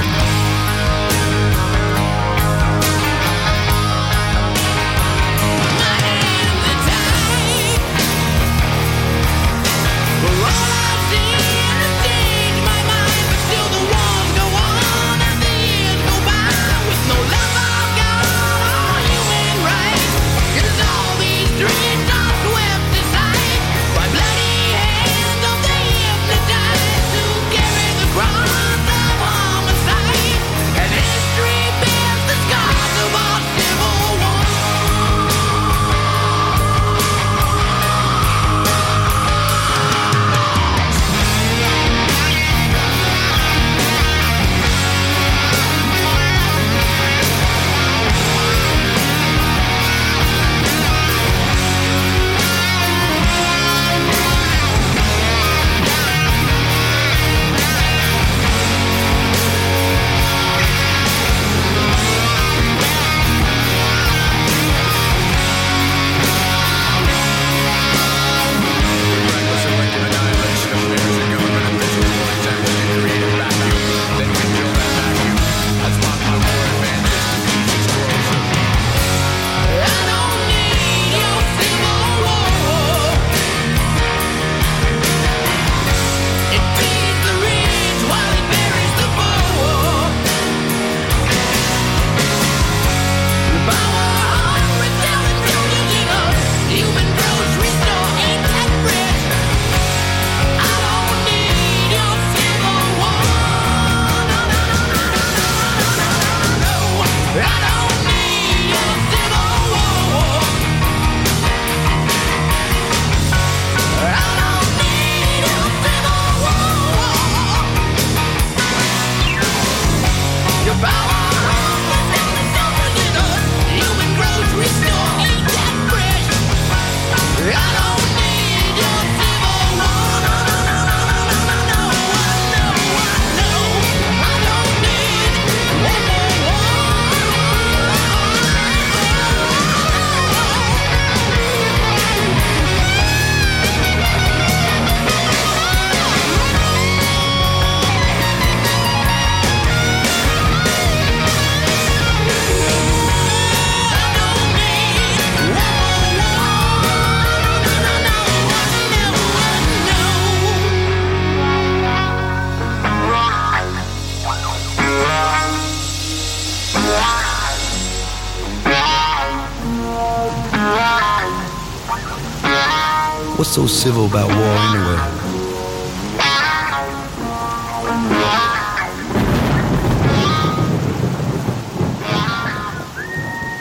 What's so civil about war anyway?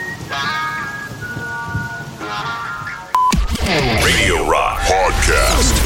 Radio Rock Podcast.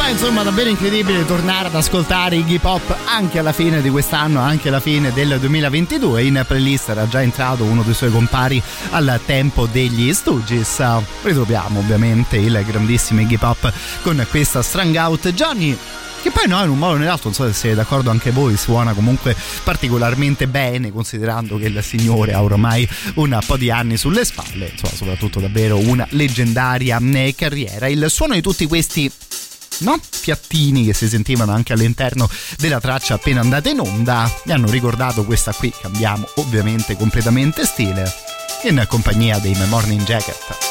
insomma davvero incredibile tornare ad ascoltare Iggy Pop anche alla fine di quest'anno, anche alla fine del duemilaventidue. In playlist era già entrato uno dei suoi compari al tempo degli Stooges. Ritroviamo ovviamente il grandissimo Iggy Pop con questa Strung Out Johnny, che poi no, in un modo o nell'altro, non so se siete d'accordo anche voi, suona comunque particolarmente bene, considerando che il signore ha ormai un po' di anni sulle spalle, insomma soprattutto davvero una leggendaria carriera. Il suono di tutti questi no? piattini che si sentivano anche all'interno della traccia appena andata in onda mi hanno ricordato questa qui. Cambiamo ovviamente completamente stile, in compagnia dei My Morning Jacket.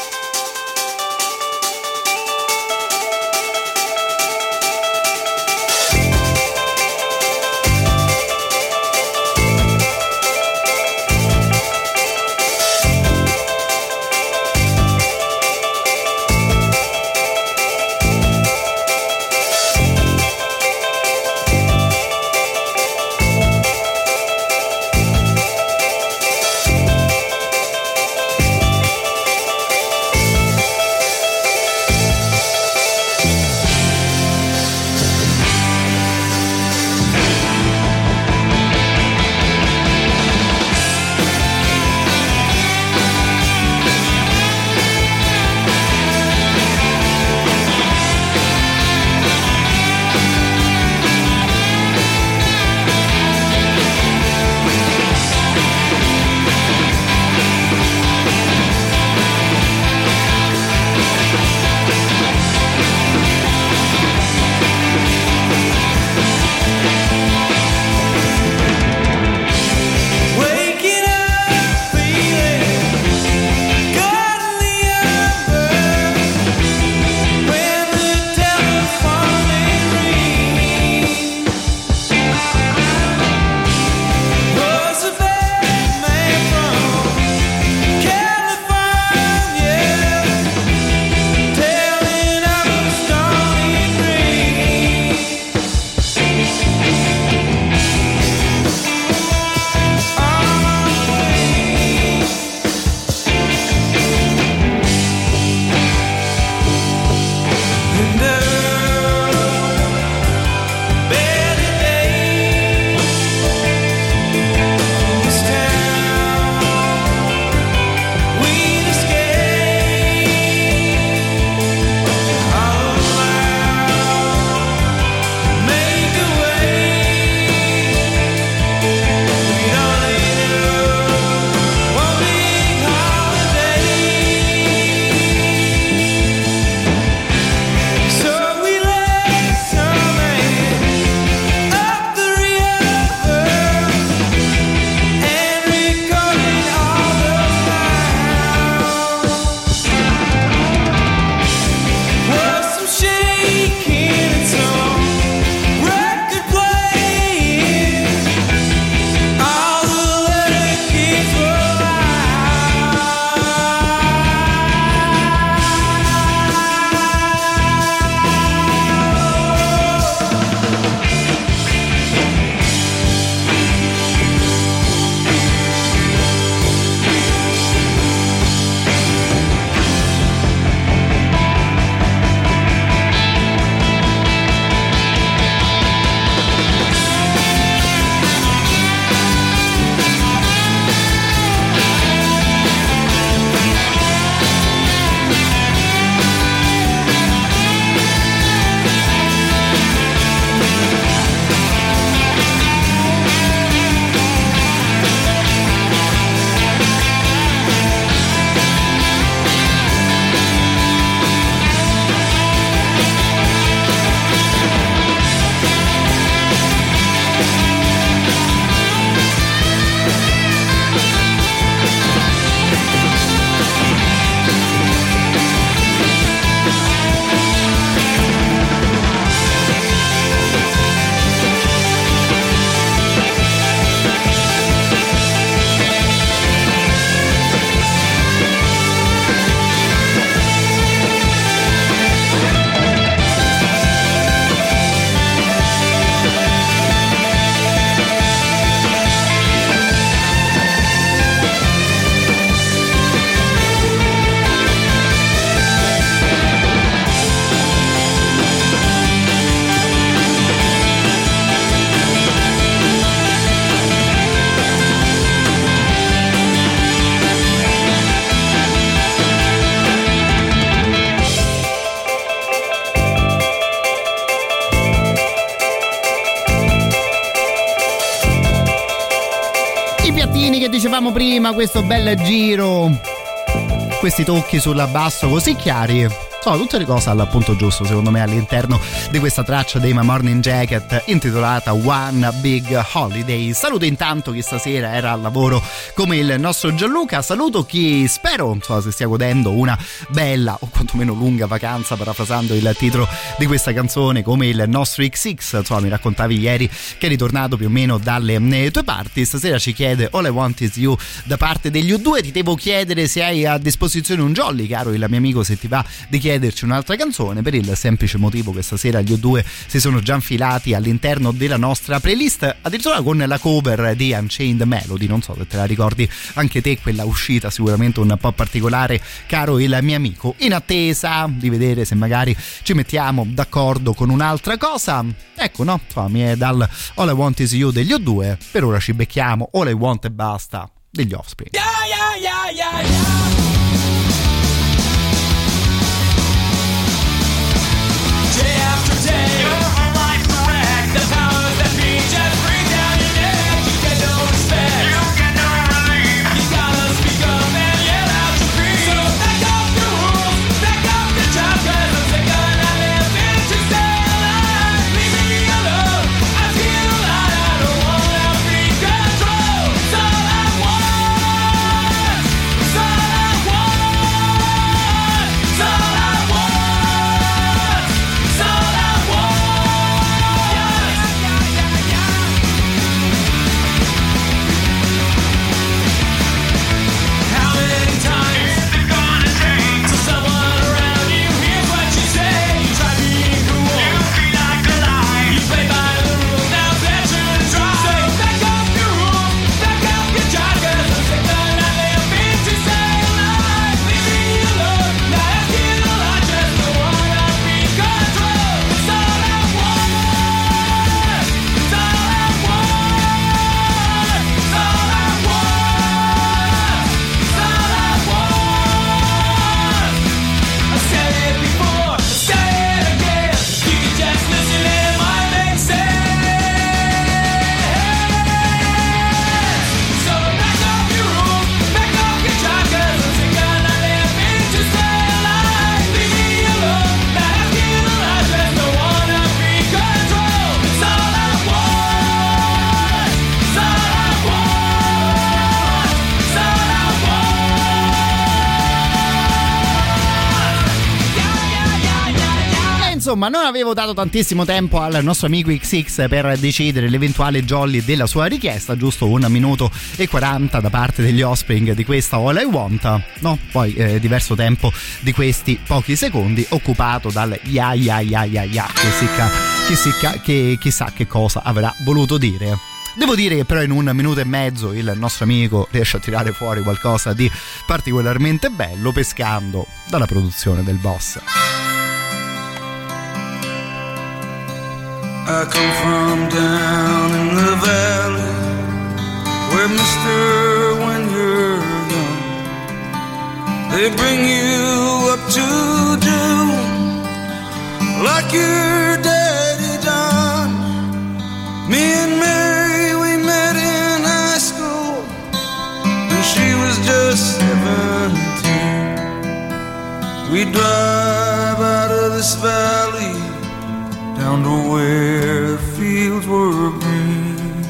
dicevamo prima, questo bel giro, questi tocchi sulla basso così chiari, sono tutte le cose al punto giusto secondo me all'interno di questa traccia dei My Morning Jacket intitolata One Big Holiday. Saluto intanto chi stasera era al lavoro come il nostro Gianluca, saluto chi spero insomma si stia godendo una bella o quantomeno lunga vacanza, parafrasando il titolo di questa canzone, come il nostro X X. Insomma, mi raccontavi ieri che è ritornato più o meno dalle tue parti. Stasera ci chiede All I Want Is You da parte degli U due. Ti devo chiedere se hai a disposizione un jolly, caro il mio amico, se ti va di chiederci un'altra canzone, per il semplice motivo che stasera gli U due si sono già infilati all'interno della nostra playlist, addirittura con la cover di Unchained Melody. Non so se te la ricordi anche te, quella uscita sicuramente un po' particolare, caro il mio amico. In attesa di vedere se magari ci mettiamo d'accordo con un'altra cosa, ecco, no, insomma, mi è dal All I Want Is You degli U due, per ora ci becchiamo All I Want e Basta degli Offspring. Yeah, yeah, yeah, yeah, yeah. Day after day, your whole life's a wreck. The powers that be just bring down your neck. You get no respect, you get no relief. You gotta speak up and yell out your creed. So back up your rules, back up your job, 'cause I'm sick of not living to stay alive. Leave me alone, I feel alive. I don't wanna be controlled. It's all I want, it's all I want, it's all I want. Insomma, non avevo dato tantissimo tempo al nostro amico X X per decidere l'eventuale jolly della sua richiesta, giusto un minuto e quaranta da parte degli Offspring di questa All I Want, no? Poi eh, diverso tempo di questi pochi secondi occupato dal ya ya ya ya ya, che, si ca- che, si ca- che chissà che cosa avrà voluto dire. Devo dire che però in un minuto e mezzo il nostro amico riesce a tirare fuori qualcosa di particolarmente bello, pescando dalla produzione del boss. I come from down in the valley, where mister, when you're young, they bring you up to do like your daddy done. Me and Mary, we met in high school, and she was just seventeen. We drive out of this valley down to where the fields were green.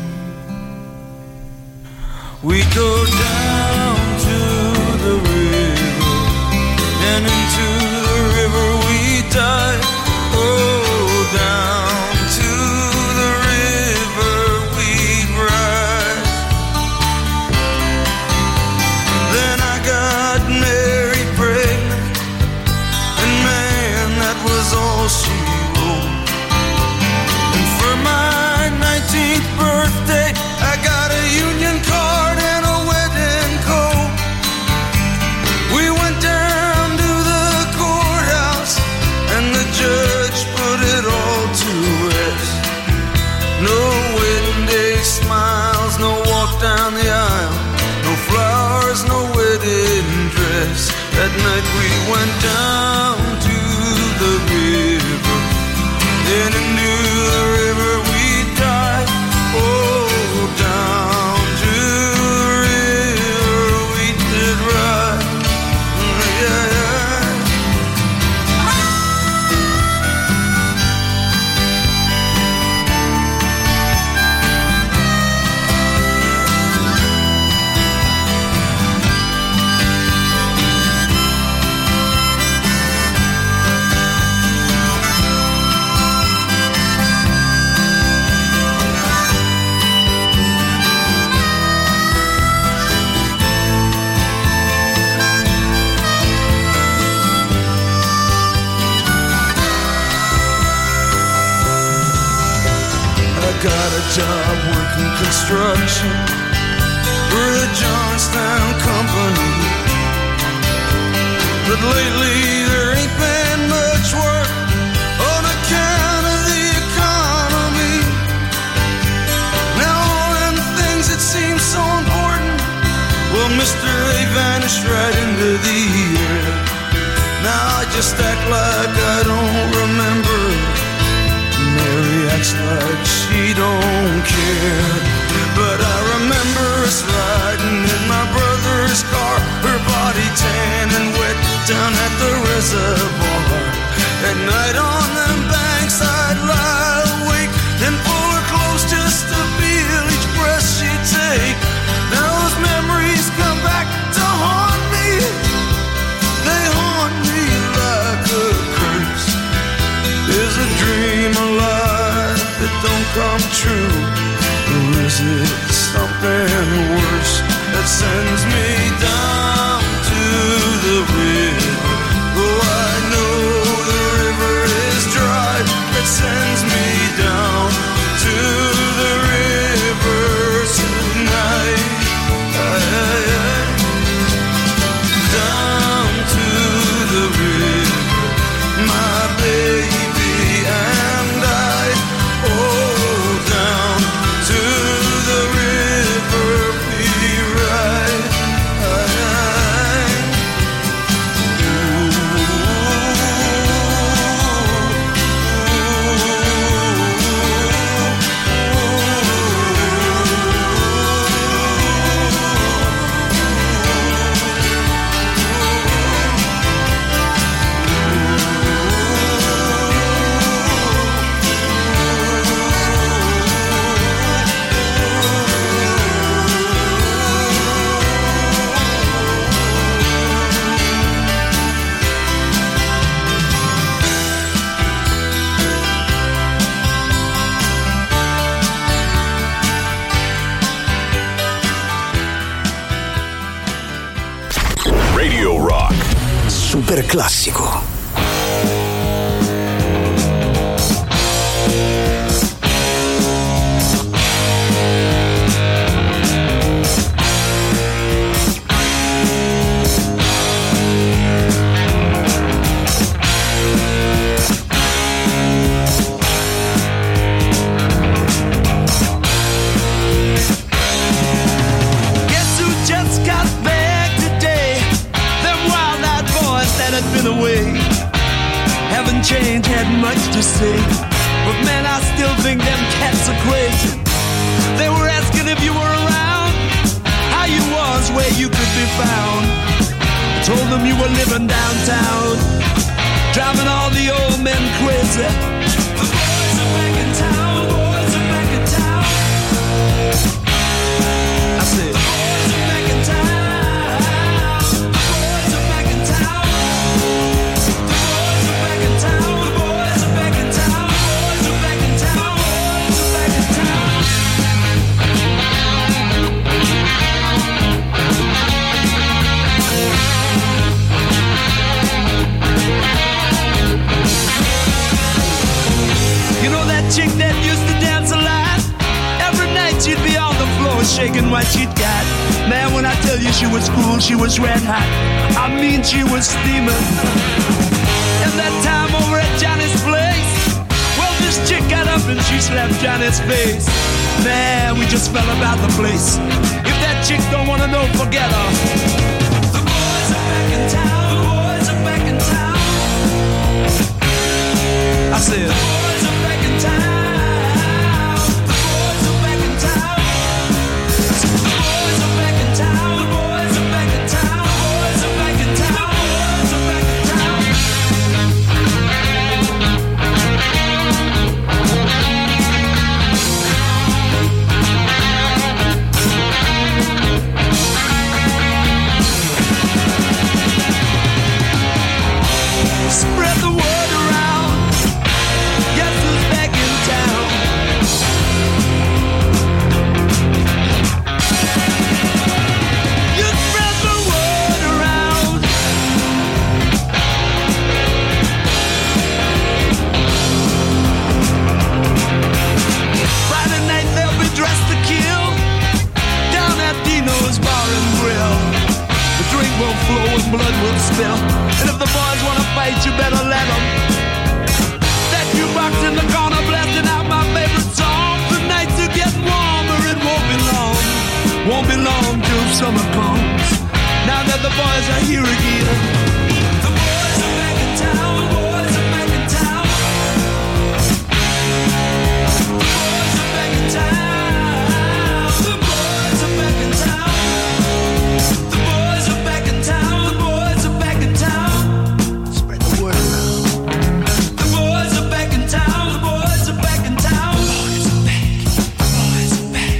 We go down to the river, and into the river we dive. Oh, down to the river we ride. Then I got Mary pregnant, and man, that was all she wrote. For my nineteenth birthday, I got a union card and a wedding coat. We went down to the courthouse, and the judge put it all to rest. No wedding day smiles, no walk down the aisle, no flowers, no wedding dress. That night we went down to the river, then into the river we dive. Oh, down to the river job working construction for the Johnstown Company. But lately there ain't been much work on account of the economy. Now all them things that seem so important, well, mister, they vanished right into the air. Now I just act like I don't remember. Mary acts like she don't care. But I remember us riding in my brother's car, her body tan and wet down at the reservoir. At night on them banks I'd lie awake and pull her close just to feel each breath she'd take. Now those memories come back to haunt me. They haunt me like a curse. Is a dream alive that don't come true? Or is it something worse that sends me down to the river? Oh, I know the river is dry. That sends me down to the river tonight. Aye, aye, aye. Down to the river, my baby and I. Oh, down to the river we ride. Aye, aye. Radio Rock. Super classico. Guess who just got back today? Them wild-eyed boys that had been away haven't changed, had much to say, but man, I still think them cats are crazy. They were asking if you were around, how you was, where you could be found. I told them you were living downtown, driving all the old men crazy. The boys are back in town, the boys are back in town. I said, the boys are back in town, the boys are back in town. The boys are back in town, the boys are back in town, the boys are back in town, the boys are back in town. You know that chick that used to dance a lot? Every night she'd be on the floor shaking what she'd got. Man, when I tell you she was cool, she was red hot. I mean, she was steaming. And that time over at Johnny's place, well, this chick got up and she slapped Johnny's face. Man, we just fell about the place. If that chick don't wanna know, forget her. The boys are back in town, the boys are back in town. I said, the boys are back in town, the boys are back in town. I said, the boys are back in town, the boys are back in town, the boys are back in town, the boys are back in town. the boys are here again. The boys are back in town, the boys are back in town. The boys are back in town, the boys are back in town. The boys are back in town, the boys are back in town. Spread the word around. The boys are back in town, the boys are back in town. Boys are back, boys are back.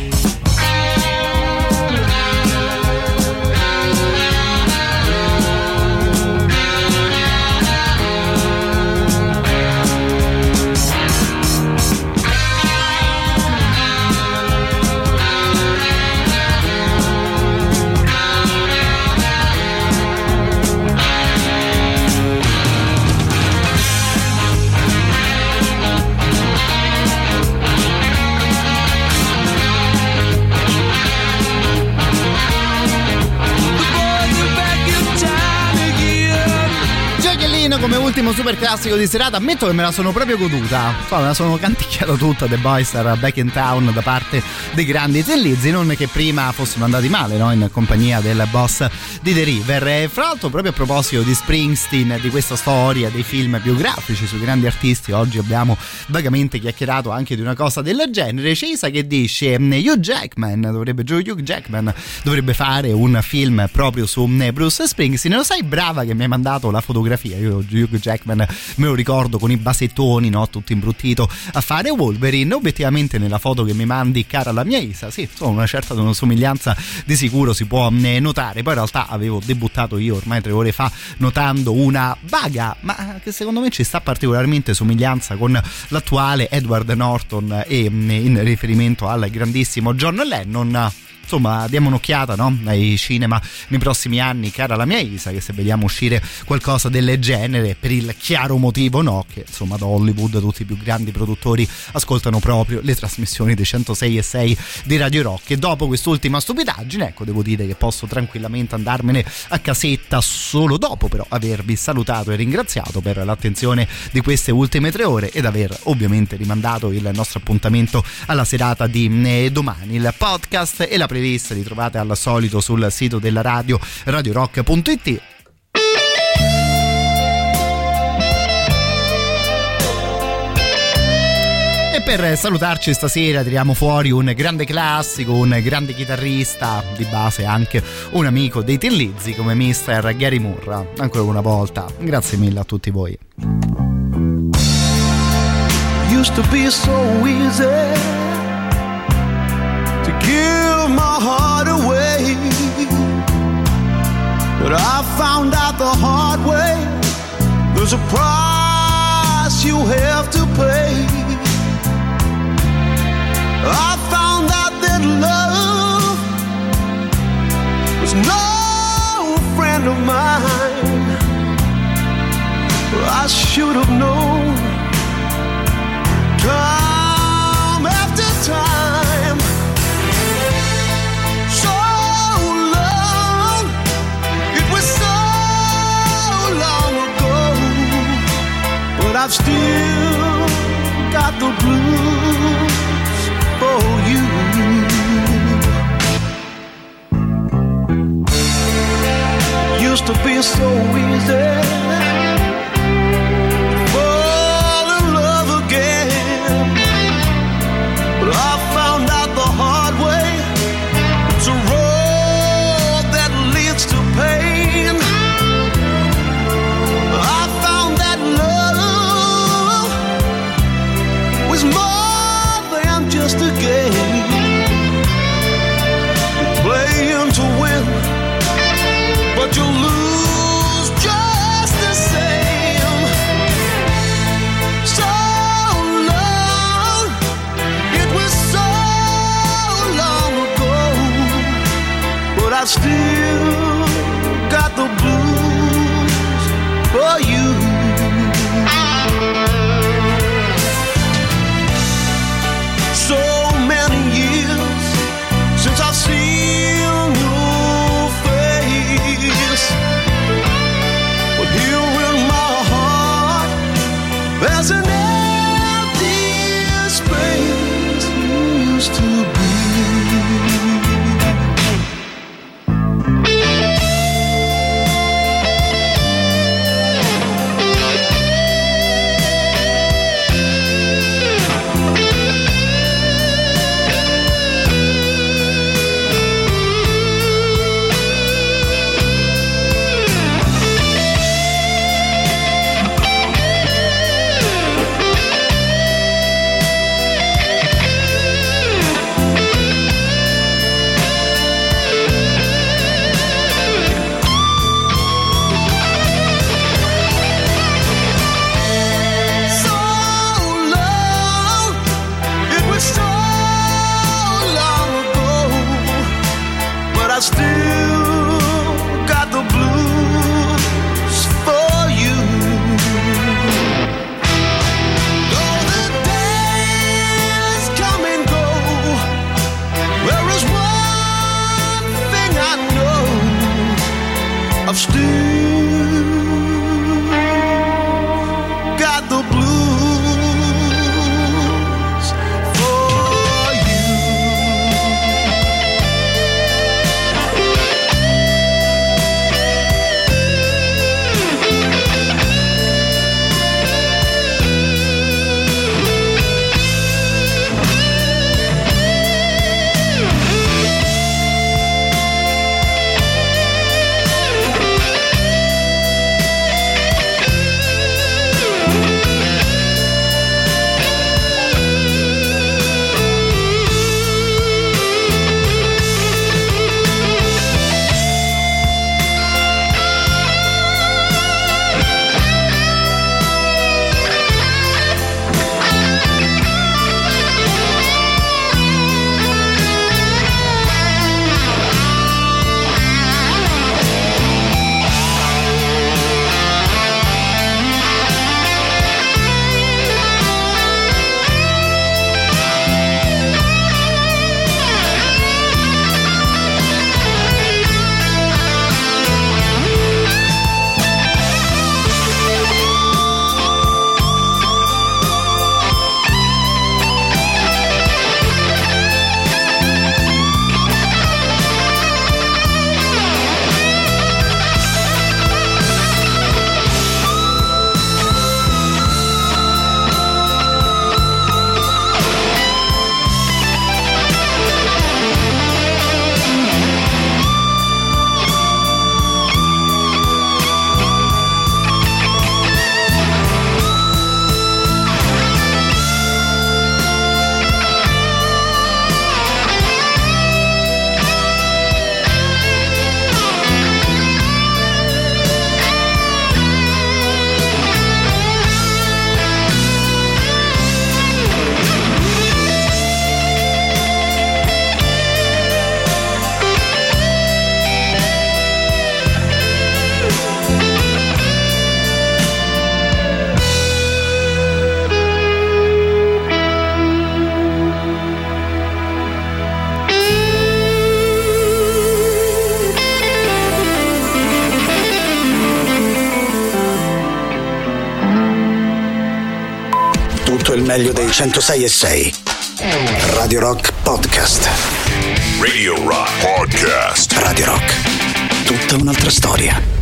Come ultimo super classico di serata, ammetto che me la sono proprio goduta, cioè, me la sono canticchiata tutta. The Boys Are Back in Town da parte dei grandi Thin Lizzy, non che prima fossero andati male, no? In compagnia del boss di The River. E fra l'altro, proprio a proposito di Springsteen, di questa storia dei film biografici sui grandi artisti, oggi abbiamo vagamente chiacchierato anche di una cosa del genere. C'è Isa che dice Hugh Jackman dovrebbe, Hugh Jackman dovrebbe fare un film proprio su Bruce Springsteen. Lo sai, brava che mi hai mandato la fotografia. Io Hugh Jackman me lo ricordo con i basettoni, no? Tutto imbruttito a fare Wolverine. Obiettivamente nella foto che mi mandi, cara la mia Isa, sì, insomma, una certa somiglianza di sicuro si può notare. Poi in realtà avevo debuttato io ormai tre ore fa notando una vaga, ma che secondo me ci sta particolarmente somiglianza con l'attuale Edward Norton e in riferimento al grandissimo John Lennon. Insomma, diamo un'occhiata, no? Ai cinema nei prossimi anni, cara la mia Isa, che se vediamo uscire qualcosa del genere, per il chiaro motivo no, che insomma da Hollywood tutti i più grandi produttori ascoltano proprio le trasmissioni dei centosei e sei di Radio Rock. E dopo quest'ultima stupidaggine, ecco, devo dire che posso tranquillamente andarmene a casetta solo dopo però avervi salutato e ringraziato per l'attenzione di queste ultime tre ore ed aver ovviamente rimandato il nostro appuntamento alla serata di domani. Il podcast e la playlist li trovate al solito sul sito della radio, radio rock punto it. E per salutarci stasera tiriamo fuori un grande classico, un grande chitarrista, di base anche un amico dei Thin Lizzy come mister Gary Moore. Ancora una volta grazie mille a tutti voi. Used to be so easy to give my heart away, but I found out the hard way there's a price you have to pay. I found out that love was no friend of mine. I should have known time after time. So long, it was so long ago, but I've still got the blues for you. Used to be so easy fall in love again, but I found out the hard way it's a road that leads to pain. I found that love was more than just a game, playing to win, but you lose just the same. So long, it was so long ago, but I still got the blues for you. So many years since I've seen your face, but here in my heart there's an empty space you used to be. tutto il meglio dei centosei e sei. Radio Rock Podcast. Radio Rock Podcast. Radio Rock. Tutta un'altra storia.